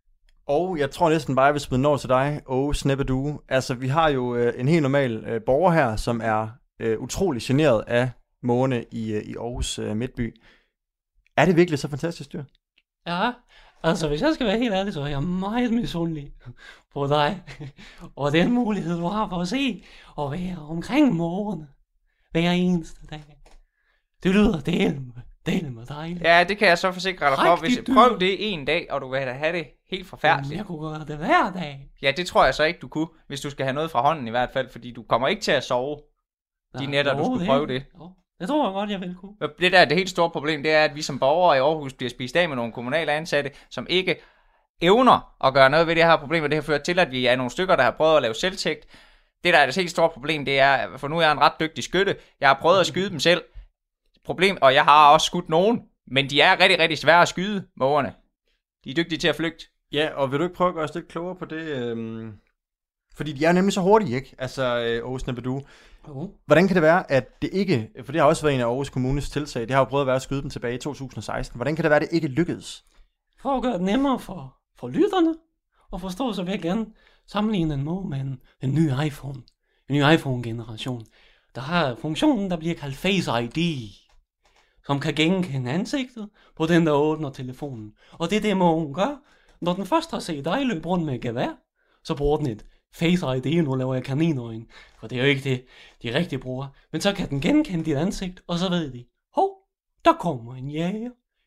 Og jeg tror næsten bare, jeg vil smide når til dig, Åge Sneppedue. Altså, vi har jo en helt normal borger her, som er utrolig generet af mågerne i Aarhus Midtby. Er det virkelig så fantastisk dyr?
Ja, altså hvis jeg skal være helt ærlig, så er jeg meget misundelig på dig. Og den mulighed, du har for at se og være omkring mågerne hver eneste dag. Det lyder delen med dejligt.
Ja, det kan jeg så forsikre dig for. Hvis prøv det en dag, og du vil have det helt forfærdeligt.
Jamen, jeg kunne gøre det hver dag.
Ja, det tror jeg så ikke, du kunne, hvis du skal have noget fra hånden i hvert fald, fordi du kommer ikke til at sove de nætter, du skulle prøve det.
Det tror jeg godt, jeg vil kunne.
Det helt store problem, det er, at vi som borgere i Aarhus bliver spist af med nogle kommunale ansatte, som ikke evner at gøre noget ved det her problem, og det har ført til, at vi er nogle stykker, der har prøvet at lave selvtægt. Det, der er det helt store problem, det er, for nu er jeg en ret dygtig skytte. Jeg har prøvet at skyde dem selv. Problem, og jeg har også skudt nogen, men de er rigtig, rigtig svære at skyde, mågerne. De er dygtige til at flygte.
Ja, og vil du ikke prøve at gøre os lidt klogere på det? Fordi de er nemlig så hurtige, ikke? Altså, Åge Sneppedue. Hvordan kan det være, at det ikke, for det har også været en af Aarhus Kommunes tiltag, det har jo prøvet at være at skyde dem tilbage i 2016. Hvordan kan det være, at det ikke lykkedes?
For at gøre det nemmere for lytterne, og forstå, så vil jeg gerne sammenligne en måge med en ny iPhone. En ny iPhone-generation. Der har funktionen, der bliver kaldt Face ID, som kan genkende ansigtet på den, der åbner telefonen. Og det er det, mågen gør. Når den først har set dig løbe rundt med et gevær, så bruger den et Face ID, nu laver jeg kaninøjne, for det er jo ikke det, de rigtige bruger. Men så kan den genkende dit ansigt, og så ved de, hov, der kommer en jæger.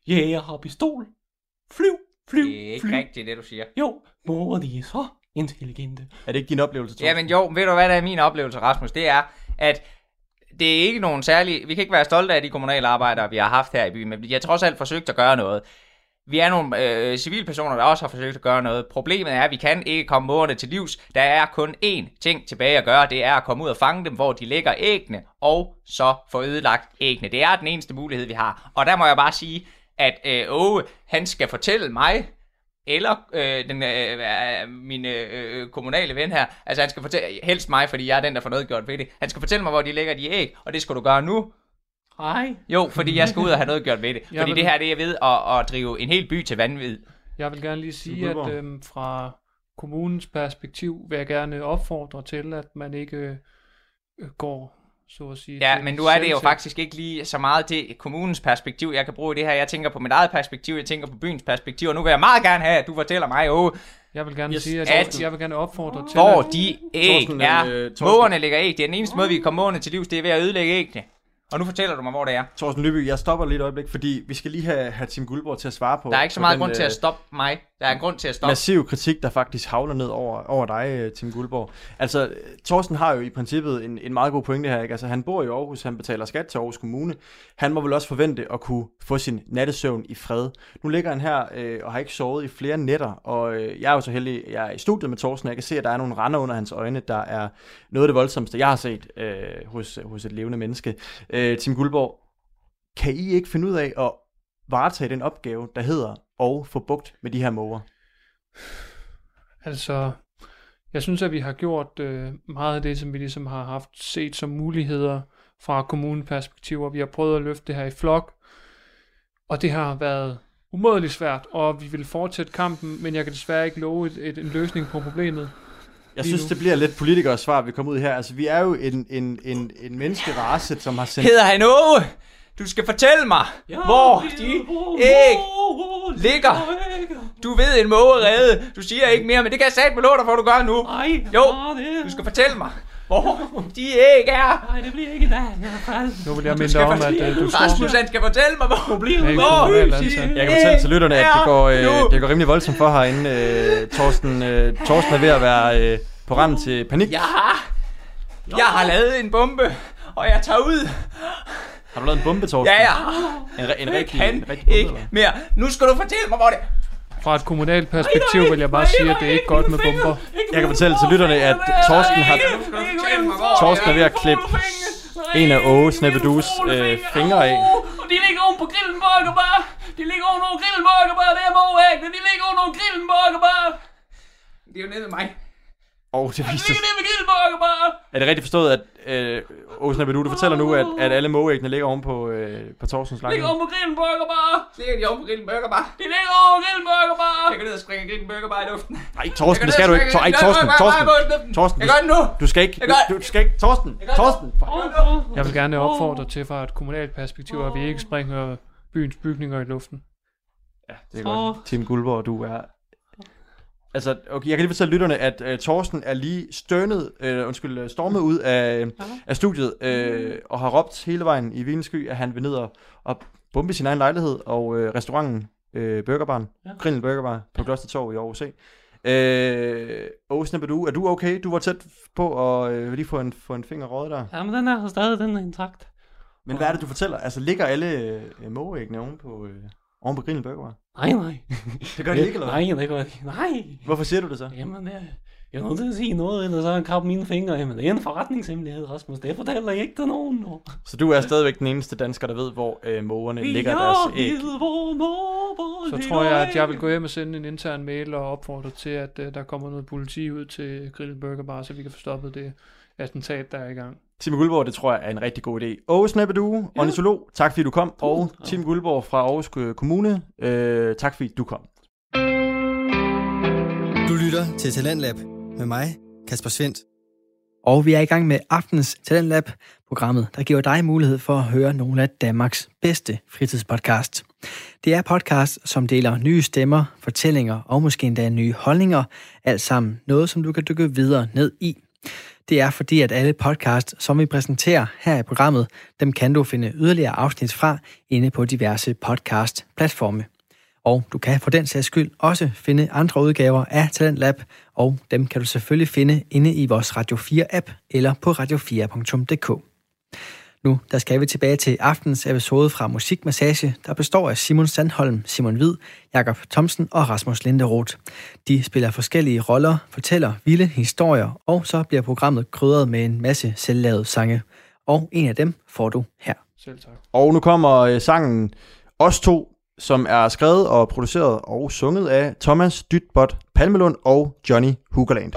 Jæger har pistol. Flyv.
Det er ikke rigtigt, det du siger.
Jo, måger de er så intelligente.
Er det ikke din oplevelse, Torsten?
Jamen jo, ved du hvad der er min oplevelse, Rasmus? Det er, at det er ikke nogen særlig... Vi kan ikke være stolte af de kommunale arbejdere, vi har haft her i byen, men vi har trods alt forsøgt at gøre noget. Vi er nogle civilpersoner, der også har forsøgt at gøre noget. Problemet er, at vi kan ikke komme mågerne til livs. Der er kun én ting tilbage at gøre, det er at komme ud og fange dem, hvor de lægger æggene, og så få ødelagt æggene. Det er den eneste mulighed, vi har. Og der må jeg bare sige, at han skal fortælle mig, eller min kommunale ven her, altså han skal fortælle, helst mig, fordi jeg er den, der får noget gjort ved det. Han skal fortælle mig, hvor de lægger de æg, og det skal du gøre nu.
Hej.
Jo, fordi jeg skal ud og have noget gjort ved det. Fordi det her, det er ved at drive en hel by til vanvid.
Jeg vil gerne lige sige, at fra kommunens perspektiv vil jeg gerne opfordre til, at man ikke går, så at sige...
Ja, men nu er det jo faktisk ikke lige så meget til kommunens perspektiv, jeg kan bruge i det her. Jeg tænker på mit eget perspektiv, jeg tænker på byens perspektiv, og nu vil jeg meget gerne have, at du fortæller mig,
jeg vil gerne sige, at jeg vil gerne opfordre til...
Hvor de æg er. Mågerne lægger æg. Det er den eneste måde, vi kan komme mågerne til livs, det er ved at ødelægge æggene. Og nu fortæller du mig, hvor det er.
Torsten Lyby, jeg stopper lige et øjeblik, fordi vi skal lige have Tim Guldborg til at svare på...
Der er ikke så meget grund til at stoppe mig. Der er en grund til at stoppe.
Massiv kritik, der faktisk havler ned over dig, Tim Guldborg. Altså, Torsten har jo i princippet en meget god pointe her, ikke? Altså, han bor i Aarhus, han betaler skat til Aarhus Kommune. Han må vel også forvente at kunne få sin nattesøvn i fred. Nu ligger han her og har ikke sovet i flere nætter, og jeg er jo så heldig, jeg er i studiet med Torsten, og jeg kan se, at der er nogle render under hans øjne, der er noget af det voldsomste, jeg har set hos et levende menneske. Tim Guldborg, kan I ikke finde ud af at varetage den opgave, der hedder at få bugt med de her måger?
Altså, jeg synes, at vi har gjort meget af det, som vi ligesom har haft set som muligheder fra kommuneperspektiver. Vi har prøvet at løfte det her i flok, og det har været umådeligt svært, og vi vil fortsætte kampen, men jeg kan desværre ikke love en løsning på problemet.
Jeg synes, det bliver lidt politikers svar, vi kommer ud her. Altså, vi er jo en menneskerace, som har sendt...
Hedder han Åge? Du skal fortælle mig, hvor de æg ligger. Du ved en mågerede. Du siger ikke mere, men det kan jeg satme love dig for, du gør nu. Jo, du skal fortælle mig, hvor de æg er.
Nej, det bliver ikke i dag.
Nu vil jeg minde om, at du
Rasmus, han skal fortælle mig, hvor
jeg kan fortælle til lytterne, at det går rimelig voldsomt for herinde. Torsten er ved at være på randen til panik.
Jeg har lavet en bombe, og jeg tager ud.
Har du lavet en bombe, Torsten?
Ja.
En rigtig bombe,
ikke mere. Nu skal du fortælle mig, hvor det...
Fra et kommunalt perspektiv vil jeg bare sige, at det er ikke godt med bomber.
Jeg kan fortælle til lytterne, at Torsten er ved at klippe en af Åge Sneppedues fingre af.
De ligger oven på grillen, Borgerbar. Det ligger oven over grillen, Borgerbar.
Det er jo nede ved mig.
Det viser... Er det rigtigt forstået, at Åge Sneppedu, du fortæller nu, at alle mågeæggene ligger oven på Torstens lejlighed?
Ligger oven på grillen, Borgerbar.
Ligger de oven på grillen, Borgerbar?
De ligger oven på grillen, Borgerbar.
Jeg går ned og springer grillen, Borgerbar i luften.
Nej, Torsten, det skal du ikke. Torsten,
jeg gør det nu.
Du skal ikke. Torsten.
Jeg vil gerne opfordre til fra et kommunalt perspektiv, at vi ikke springer byens bygninger i luften.
Ja, det er godt. Tim Guldborg, du er... Altså, okay, jeg kan lige fortælle lytterne, at Torsten er lige stormet ud af studiet og har råbt hele vejen i Vilensky, at han vil ned og bombe sin egen lejlighed og restauranten Burgerbaren, Grillen Burgerbar på Klostertorv i Aarhus. Åge Sneppedu, er du okay? Du var tæt på at lige få en finger røget der.
Ja, men den er stadig intakt.
Men hvad er det, du fortæller? Altså, ligger alle mågeæggene oven på Grillen Burgerbar?
Nej.
Det gør de ikke, eller hvad?
Nej, det gør de ikke. Nej.
Hvorfor siger du det så?
Jamen, jeg er nødt til at sige noget, eller så har han krabbt mine fingre. Jamen, det er en forretningshemmelighed, Rasmus. Det fortæller jeg ikke til nogen.
Så du er stadigvæk den eneste dansker, der ved, hvor mågerne ligger deres æg?
Så tror jeg, at jeg vil gå hjem og sende en intern mail og opfordre til, at der kommer noget politi ud til Grillen Burgerbar, så vi kan få stoppet det attentat, der er i gang.
Tim Guldborg, det tror jeg er en rigtig god idé. Åge Sneppedu, ornitolog, tak fordi du kom. Og Tim Guldborg fra Aarhus Kommune, tak fordi du kom.
Du lytter til Talentlab med mig, Kasper Svendt. Og vi er i gang med aftens Talentlab, programmet, der giver dig mulighed for at høre nogle af Danmarks bedste fritidspodcast. Det er podcast, som deler nye stemmer, fortællinger og måske endda nye holdninger. Alt sammen noget, som du kan dykke videre ned i. Det er fordi, at alle podcasts, som vi præsenterer her i programmet, dem kan du finde yderligere afsnit fra inde på diverse podcast-platforme. Og du kan for den sags skyld også finde andre udgaver af Talentlab, og dem kan du selvfølgelig finde inde i vores Radio 4-app eller på radio4.dk. Nu der skal vi tilbage til aftens episode fra Musikmassage, der består af Simon Sandholm, Simon Hvid, Jakob Thomsen og Rasmus Linderoth. De spiller forskellige roller, fortæller vilde historier, og så bliver programmet krydret med en masse selvlavede sange. Og en af dem får du her.
Selv tak.
Og nu kommer sangen Os To, som er skrevet og produceret og sunget af Thomas Dytbot Palmelund og Johnny Hugerland.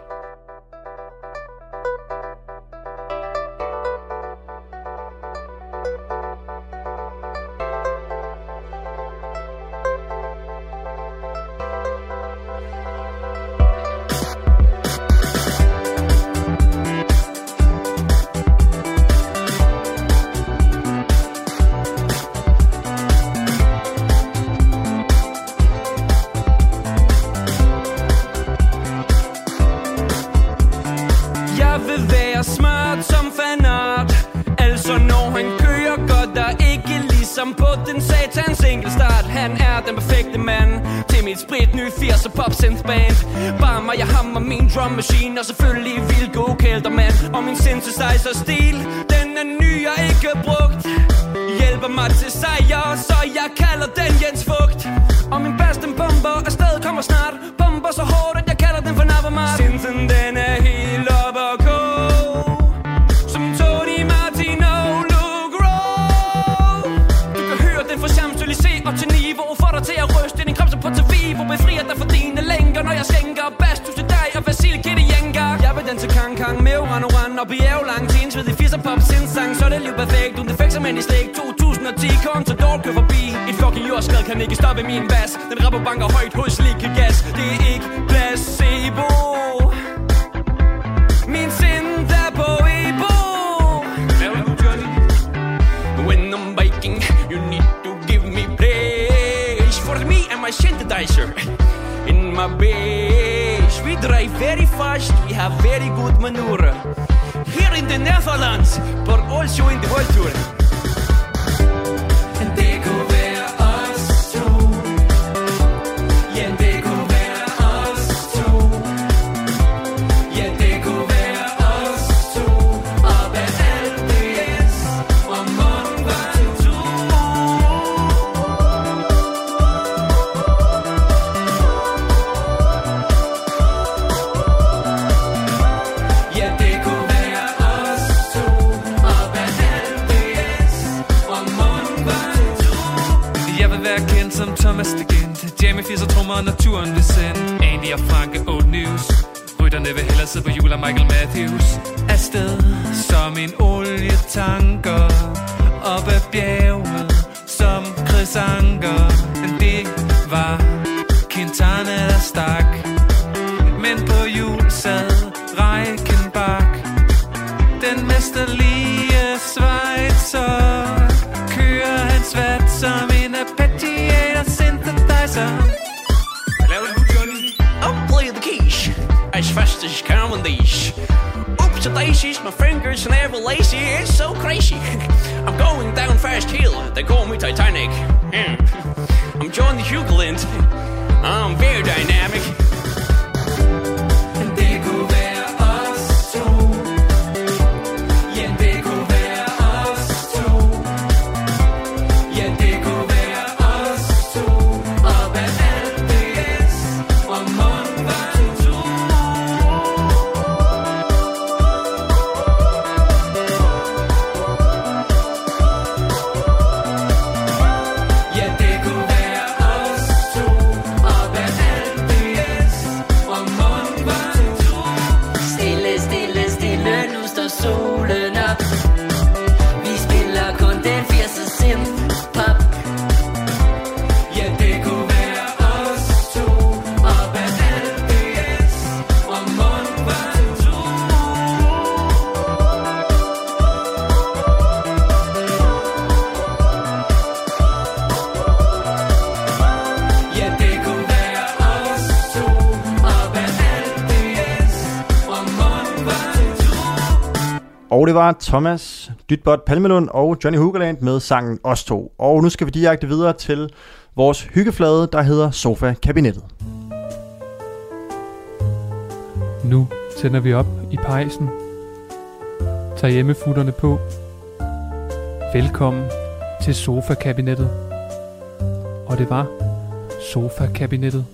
Machine, og selvfølgelig vil gå kældermand. Og min synthesizer-stil, den er ny og ikke brugt. Hjælper mig til sejr, så jeg kalder den Jens Fugt. Og min bass, den bomber, afsted kommer snart. Bomber så hårdt, at jeg kalder den for Nappermart. Synthen, den er helt op og gå. Som Tony Martino, look raw. Du kan høre den fra Samsøl i C og til niveau. Får dig til at ryste din krop som på TV. Hvor befrier dig for dine lænker, når jeg skænker bass. Du til dig og Vasil Kitty Jenga. Jeg vil danse kang med oran op i ævlang. Til en sved i 80'er pop sindsang. Så er det liv perfekt, uden defekt som en i slæg. 2010 Contador kører forbi. Et fucking jordskred kan ikke stoppe min bass. Den rapper banker højt hos gas. Det er ikke placebo. Min sind er på ebo. When I'm biking, you need to give me place. For me and my synthesizer in my base. We drive very fast, we have very good maneuver. Here in the Netherlands, but also in the world tour. And det kunne være os to. Ja, det kunne være os to. Ja, det kunne være os to. Op ad alt det S, og morgen var en tur. Ja, det kunne være os to. Op ad alt det S, og morgen var en tur.
Jeg vil være kendt som Thomas Legend. Jamie Fisser trommer, og naturen vil sende. Andy og Franke Old News. Rytterne vil hellere sidde på jul af Michael Matthews. Afsted som en olietanker. Op ad bjerget som Chris Anker. Men det var Quintana, der stak. Men på jul sad Reichenbach. Den mesterlige Schweizer. Kører hans vat som en arpeggiator synthesizer.
Hello, Johnny. I'll play the keys as fast as Cavendish. Oops, the daisies, my fingers never lazy. It's so crazy. I'm going down fast hill. They call me Titanic. I'm Johnny Hugerland. I'm very dynamic. Det kunne være os to. Ja, det kunne være os to. Ja, det kunne være os to. Op ad alt det S, og morgen var en tur. Ja, det kunne være os to. Op ad alt det
Og det var Thomas Dytbot Palmelund og Johnny Hugerland med sangen Os To. Og nu skal vi direkte videre til vores hyggeflade, der hedder Sofa-kabinettet.
Nu tænder vi op i pejsen. Tag hjemmefutterne på. Velkommen til Sofa-kabinettet. Og det var Sofa-kabinettet.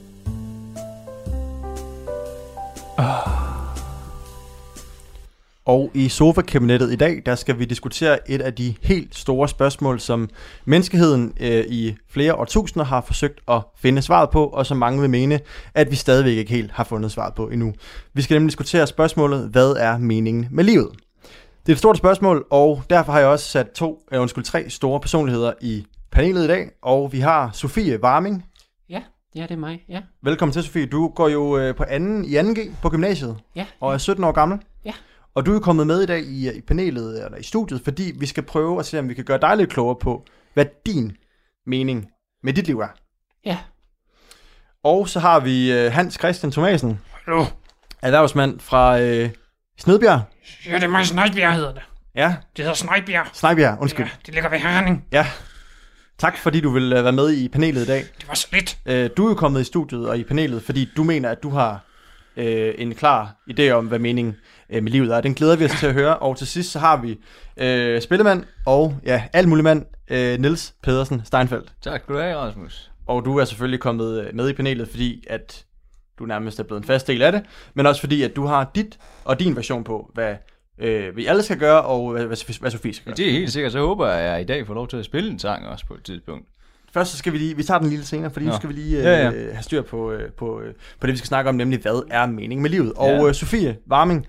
Og i Sofa-kabinettet i dag, der skal vi diskutere et af de helt store spørgsmål, som menneskeheden i flere årtusinder har forsøgt at finde svaret på, og som mange vil mene, at vi stadigvæk ikke helt har fundet svaret på endnu. Vi skal nemlig diskutere spørgsmålet, hvad er meningen med livet? Det er et stort spørgsmål, og derfor har jeg også sat tre store personligheder i panelet i dag, og vi har Sofie Warming.
Ja, det er mig, ja.
Velkommen til, Sofie. Du går jo i 2G på gymnasiet, og er 17 år gammel.
Ja.
Og du er kommet med i dag i panelet, eller i studiet, fordi vi skal prøve at se, om vi kan gøre dig lidt klogere på, hvad din mening med dit liv er.
Ja.
Og så har vi Hans Christian Thomasen.
Hallo.
Erhvervsmand fra Snedbjerg.
Ja, det er mig, Snejbjerg hedder det.
Ja.
Det hedder Snejbjerg.
Snejbjerg, undskyld.
Ja, det ligger ved Herning.
Ja. Tak fordi du vil være med i panelet i dag.
Det var så lidt.
Du er jo kommet i studiet og i panelet, fordi du mener, at du har en klar idé om, hvad meningen med livet er. Den glæder vi os til at høre. Og til sidst så har vi spillemand og alt muligt mand, Niels Pedersen Steinfeldt.
Tak skal du have, Rasmus.
Og du er selvfølgelig kommet med i panelet, fordi at du nærmest er blevet en fast del af det, men også fordi at du har dit og din version på, hvad vi alle skal gøre, og hvad Sofie skal gøre.
Det er helt sikkert. Så håber jeg, at jeg i dag får lov til at spille en sang også på et tidspunkt.
Først så skal vi tager den lille senere, fordi nu skal vi lige have styr på det, vi skal snakke om, nemlig hvad er meningen med livet. Og Sofie Warming,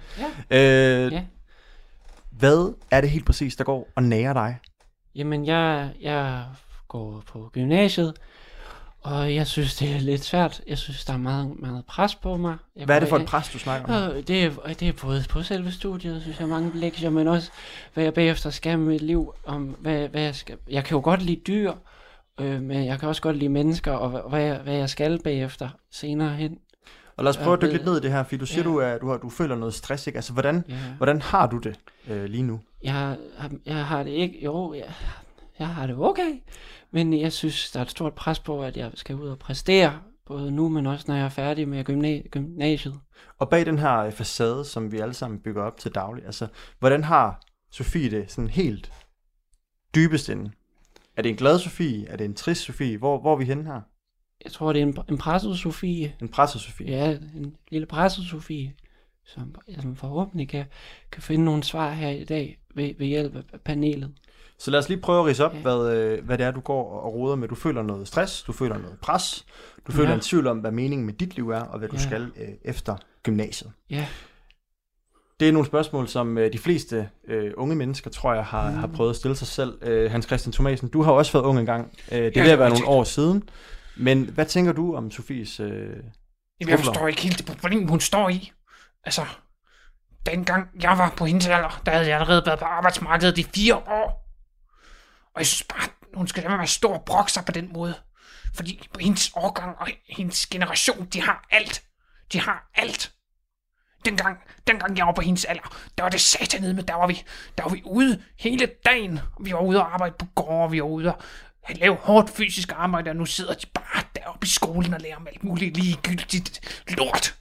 hvad er det helt præcis, der går og nærer dig?
Jamen, jeg går på gymnasiet, og jeg synes, det er lidt svært. Jeg synes, der er meget pres på mig.
Hvad er det for et pres, du snakker om?
Det er både på selve studiet, synes jeg, mange lektier, men også, hvad jeg bagefter skal med mit liv. Om hvad jeg skal. Jeg kan jo godt lide dyr, men jeg kan også godt lide mennesker, og hvad jeg skal bagefter senere hen.
Og lad os prøve at dykke lidt ned i det her, fordi du siger, at du føler noget stress, ikke? Altså, hvordan har du det lige nu?
Jeg har det ikke, jeg har det okay, men jeg synes, der er et stort pres på, at jeg skal ud og præstere, både nu, men også når jeg er færdig med gymnasiet.
Og bag den her facade, som vi alle sammen bygger op til daglig, altså, hvordan har Sofie det sådan helt dybest inde? Er det en glad Sofie? Er det en trist Sofie? Hvor er vi henne her?
Jeg tror, det er en presset Sofie.
En presset Sofie?
Ja, en lille presset Sofie, som forhåbentlig kan finde nogle svar her i dag ved hjælp af panelet.
Så lad os lige prøve at ridse op, hvad det er, du går og roder med. Du føler noget stress, du føler noget pres, du føler en tvivl om, hvad meningen med dit liv er, og hvad du skal efter gymnasiet.
Ja.
Det er nogle spørgsmål, som de fleste unge mennesker, tror jeg, har prøvet at stille sig selv. Hans Christian Thomasen, du har også været ung engang. Det er ved at være nogle år siden. Men hvad tænker du om Sofies
Jeg forstår ikke helt det problem, hun står i. Altså, dengang jeg var på hendes alder, der havde jeg allerede været på arbejdsmarkedet i 4 år. Og jeg synes bare, hun skal lade mig stå og brokke sig på den måde. Fordi på hendes årgang og hendes generation, de har alt. De har alt. Dengang jeg var på hendes alder, der var det satanede med, der var vi ude hele dagen. Vi var ude og arbejde på gårde, vi var ude og lave hårdt fysisk arbejde, og nu sidder de bare deroppe i skolen og lærer om alt muligt ligegyldigt lort.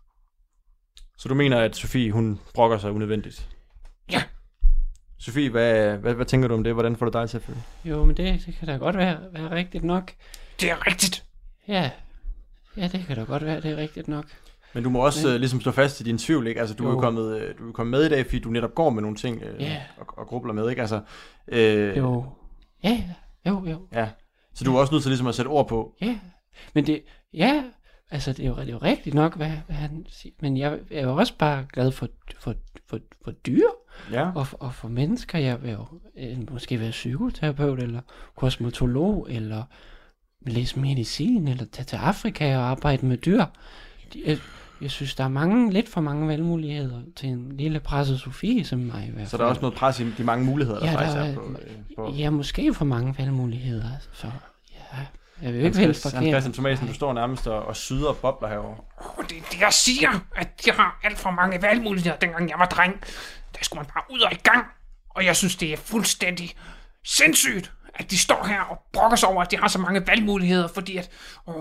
Så du mener, at Sofie, hun brokker sig unødvendigt?
Ja.
Sofie, hvad tænker du om det? Hvordan får du dig til at føle?
Jo, men det kan da godt være rigtigt nok.
Det er rigtigt.
Ja, det kan da godt være, det er rigtigt nok.
Men du må også ligesom stå fast i din tvivl, ikke? Altså, du er kommet med i dag, fordi du netop går med nogle ting og grubler med, ikke? Altså,
jo. Jo.
Ja, så du er også nødt til ligesom at sætte ord på.
Ja, men det er jo rigtigt nok, hvad han siger. Men jeg er jo også bare glad for dyr og for mennesker. Jeg vil jo måske være psykoterapeut, eller kosmetolog, eller læse medicin, eller tage til Afrika og arbejde med dyr. Jeg synes, der er lidt for mange valgmuligheder til en lille presset Sofie som mig i hvert fald.
Så der er også noget pres i de mange muligheder, der faktisk er på...
Ja, måske for mange valgmuligheder. Så jeg vil ikke helt forkert.
Hans Christian Thomasen, du står nærmest og syder og bobler herovre.
Det jeg siger, at jeg har alt for mange valgmuligheder, dengang jeg var dreng. der skulle man bare ud og i gang. Og jeg synes, det er fuldstændig sindssygt, at de står her og brokker sig over, at de har så mange valgmuligheder, fordi at...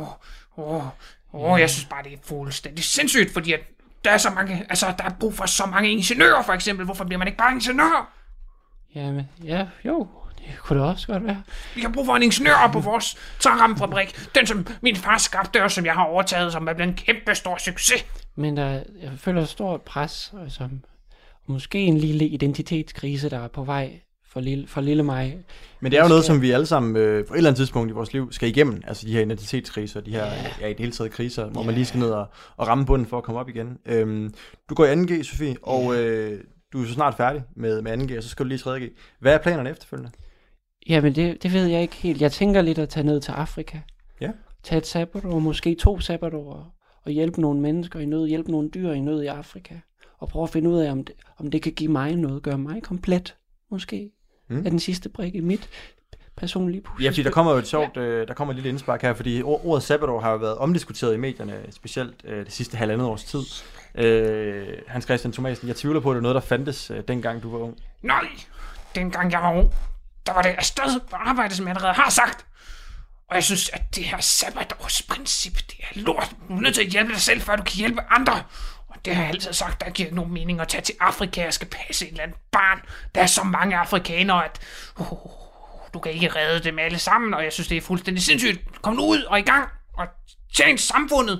jeg synes bare, det er fuldstændig sindssygt, fordi at der er så mange... Altså, der er brug for så mange ingeniører, for eksempel. Hvorfor bliver man ikke bare ingeniør?
Jamen, ja, jo, det kunne det også godt være.
Vi har brug for en ingeniør op på vores trærammefabrik. Den, som min far skabte, og som jeg har overtaget, som er blevet en kæmpe stor succes.
Men jeg føler et stort pres, altså, måske en lille identitetskrise, der er på vej for lille mig.
Men det er jo noget, som vi alle sammen på et eller andet tidspunkt i vores liv skal igennem. Altså de her identitetskriser, de her i det hele taget kriser, hvor man lige skal ned og ramme bunden for at komme op igen. Du går i 2G, Sofie, og du er så snart færdig med 2G, og så skal du lige i 3G. Hvad er planerne efterfølgende?
Jamen det ved jeg ikke helt. Jeg tænker lidt at tage ned til Afrika.
Ja.
Tage et sabbatår, måske 2 sabbatår, og hjælpe nogle mennesker i nød, hjælpe nogle dyr i nød i Afrika. Og prøve at finde ud af, om det kan give mig noget, gøre mig komplet, måske. Er den sidste brik i mit personlige puslespil.
Ja, fordi der kommer jo et sjovt, der kommer et lille indspark her, fordi ordet sabbatår har jo været omdiskuteret i medierne, specielt det sidste 1,5 års tid. Hans Christian Thomasen, jeg tvivler på, at det er noget, der fandtes, dengang du var ung.
Nej, dengang jeg var ung, der var det afsted på arbejde, som jeg allerede har sagt. Og jeg synes, at det her sabbatårsprincip, det er lort. Du er nødt til at hjælpe dig selv, før du kan hjælpe andre. Og det har jeg altid sagt, der giver ikke nogen mening at tage til Afrika og skal passe et eller andet barn. Der er så mange afrikanere, at du kan ikke redde dem alle sammen, og jeg synes, det er fuldstændig sindssygt. Kom nu ud og i gang og tjene samfundet.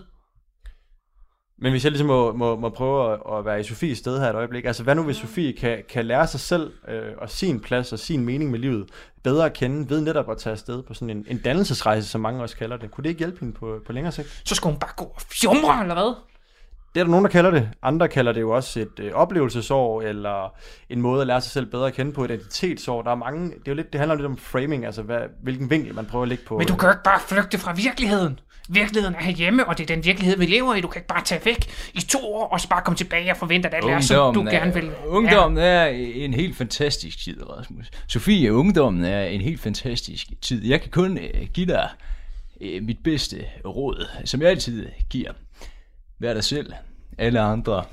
Men hvis jeg ligesom må prøve at være i Sofies sted her et øjeblik, altså hvad nu hvis Sofie kan lære sig selv og sin plads og sin mening med livet bedre at kende, ved netop at tage afsted på sådan en dannelsesrejse, som mange også kalder det. Kunne det ikke hjælpe hende på længere sigt?
Så skulle hun bare gå og fjumre, eller hvad?
Det er der nogen, der kalder det. Andre kalder det jo også et oplevelsesår, eller en måde at lære sig selv bedre at kende på, et identitetsår. Der er mange, det handler lidt om framing, altså hvilken vinkel man prøver at lægge på.
Men du kan jo ikke bare flygte fra virkeligheden. Virkeligheden er herhjemme, og det er den virkelighed, vi lever i. Du kan ikke bare tage væk i 2 år, og så bare komme tilbage og forvente, at alt er, som du gerne vil.
Ungdommen er en helt fantastisk tid, Rasmus. Sofie, ungdommen er en helt fantastisk tid. Jeg kan kun give dig mit bedste råd, som jeg altid giver. Vær dig selv. Alle andre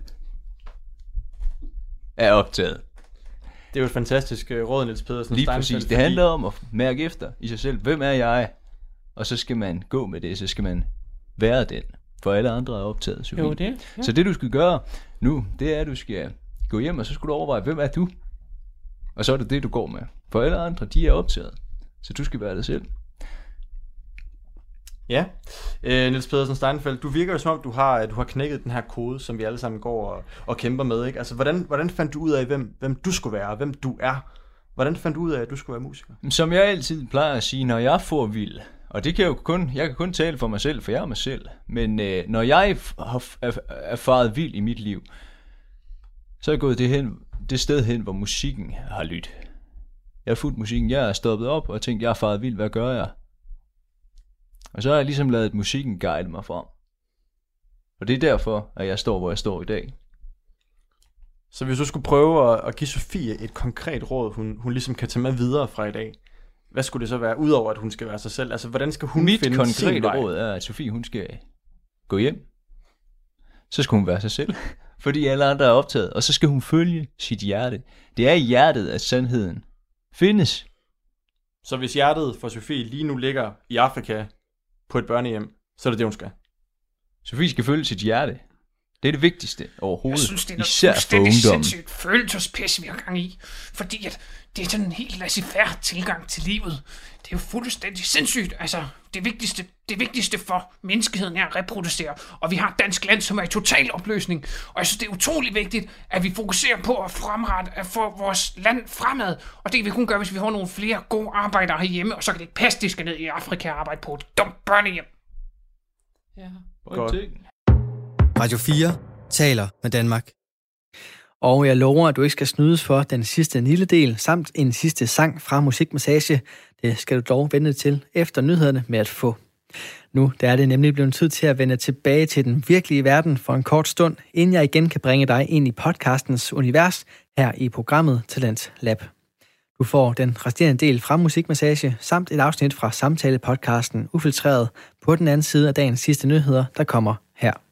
er optaget.
Det er jo et fantastisk råd, Niels Pedersen.
Lige præcis. Det handler om at mærke efter i sig selv. Hvem er jeg? Og så skal man gå med det. Så skal man være den. For alle andre er optaget.
Jo, det. Ja.
Så det du skal gøre nu, det er at du skal gå hjem, og så skal du overveje, hvem er du? Og så er det du går med. For alle andre, de er optaget. Så du skal være dig selv.
Ja, Niels Pedersen Steinfeldt, du virker jo som om, du har knækket den her kode, som vi alle sammen går og kæmper med, ikke? Altså, hvordan fandt du ud af, hvem du skulle være, hvem du er? Hvordan fandt du ud af, at du skulle være musiker?
Som jeg altid plejer at sige, når jeg får vild, og det kan jeg kan kun tale for mig selv, for jeg er mig selv, men når jeg har erfaret vild i mit liv, så er jeg gået det sted hen, hvor musikken har lyttet. Jeg har fulgt musikken, jeg er stoppet op og tænkt, jeg har erfaret vild, hvad gør jeg? Og så har jeg ligesom ladet musikken guide mig frem. Og det er derfor, at jeg står, hvor jeg står i dag.
Så hvis du skulle prøve at give Sofie et konkret råd, hun ligesom kan tage med videre fra i dag, hvad skulle det så være, udover at hun skal være sig selv? Altså, hvordan skal hun finde sin vej?
Mit konkrete råd er, at Sofie, hun skal gå hjem. Så skal hun være sig selv, fordi alle andre er optaget. Og så skal hun følge sit hjerte. Det er i hjertet, at sandheden findes.
Så hvis hjertet for Sofie lige nu ligger i Afrika på et børnehjem, så er det det, hun skal.
Sofie skal følge sit hjerte. Det er det vigtigste overhovedet. Jeg
synes, det er noget fuldstændig sindssygt følelsespis, vi har gang i. Fordi at det er sådan en helt laissez-faire tilgang til livet. Det er jo fuldstændig sindssygt. Altså, det vigtigste for menneskeheden er at reproducere. Og vi har et dansk land, som er i total opløsning. Og jeg synes, det er utrolig vigtigt, at vi fokuserer på at få vores land fremad. Og det kan vi kun gøre, hvis vi har nogle flere gode arbejdere herhjemme. Og så kan det ikke passe, de skal ned i Afrika og arbejde på et dumt børnehjem.
Ja,
godt.
Radio 4 taler med Danmark. Og jeg lover, at du ikke skal snydes for den sidste lille del, samt en sidste sang fra Musikmassage. Det skal du dog vente til efter nyhederne med at få. Nu der er det nemlig blevet tid til at vende tilbage til den virkelige verden for en kort stund, inden jeg igen kan bringe dig ind i podcastens univers her i programmet Talent Lab. Du får den resterende del fra Musikmassage, samt et afsnit fra samtale-podcasten Ufiltreret på den anden side af dagens sidste nyheder, der kommer her.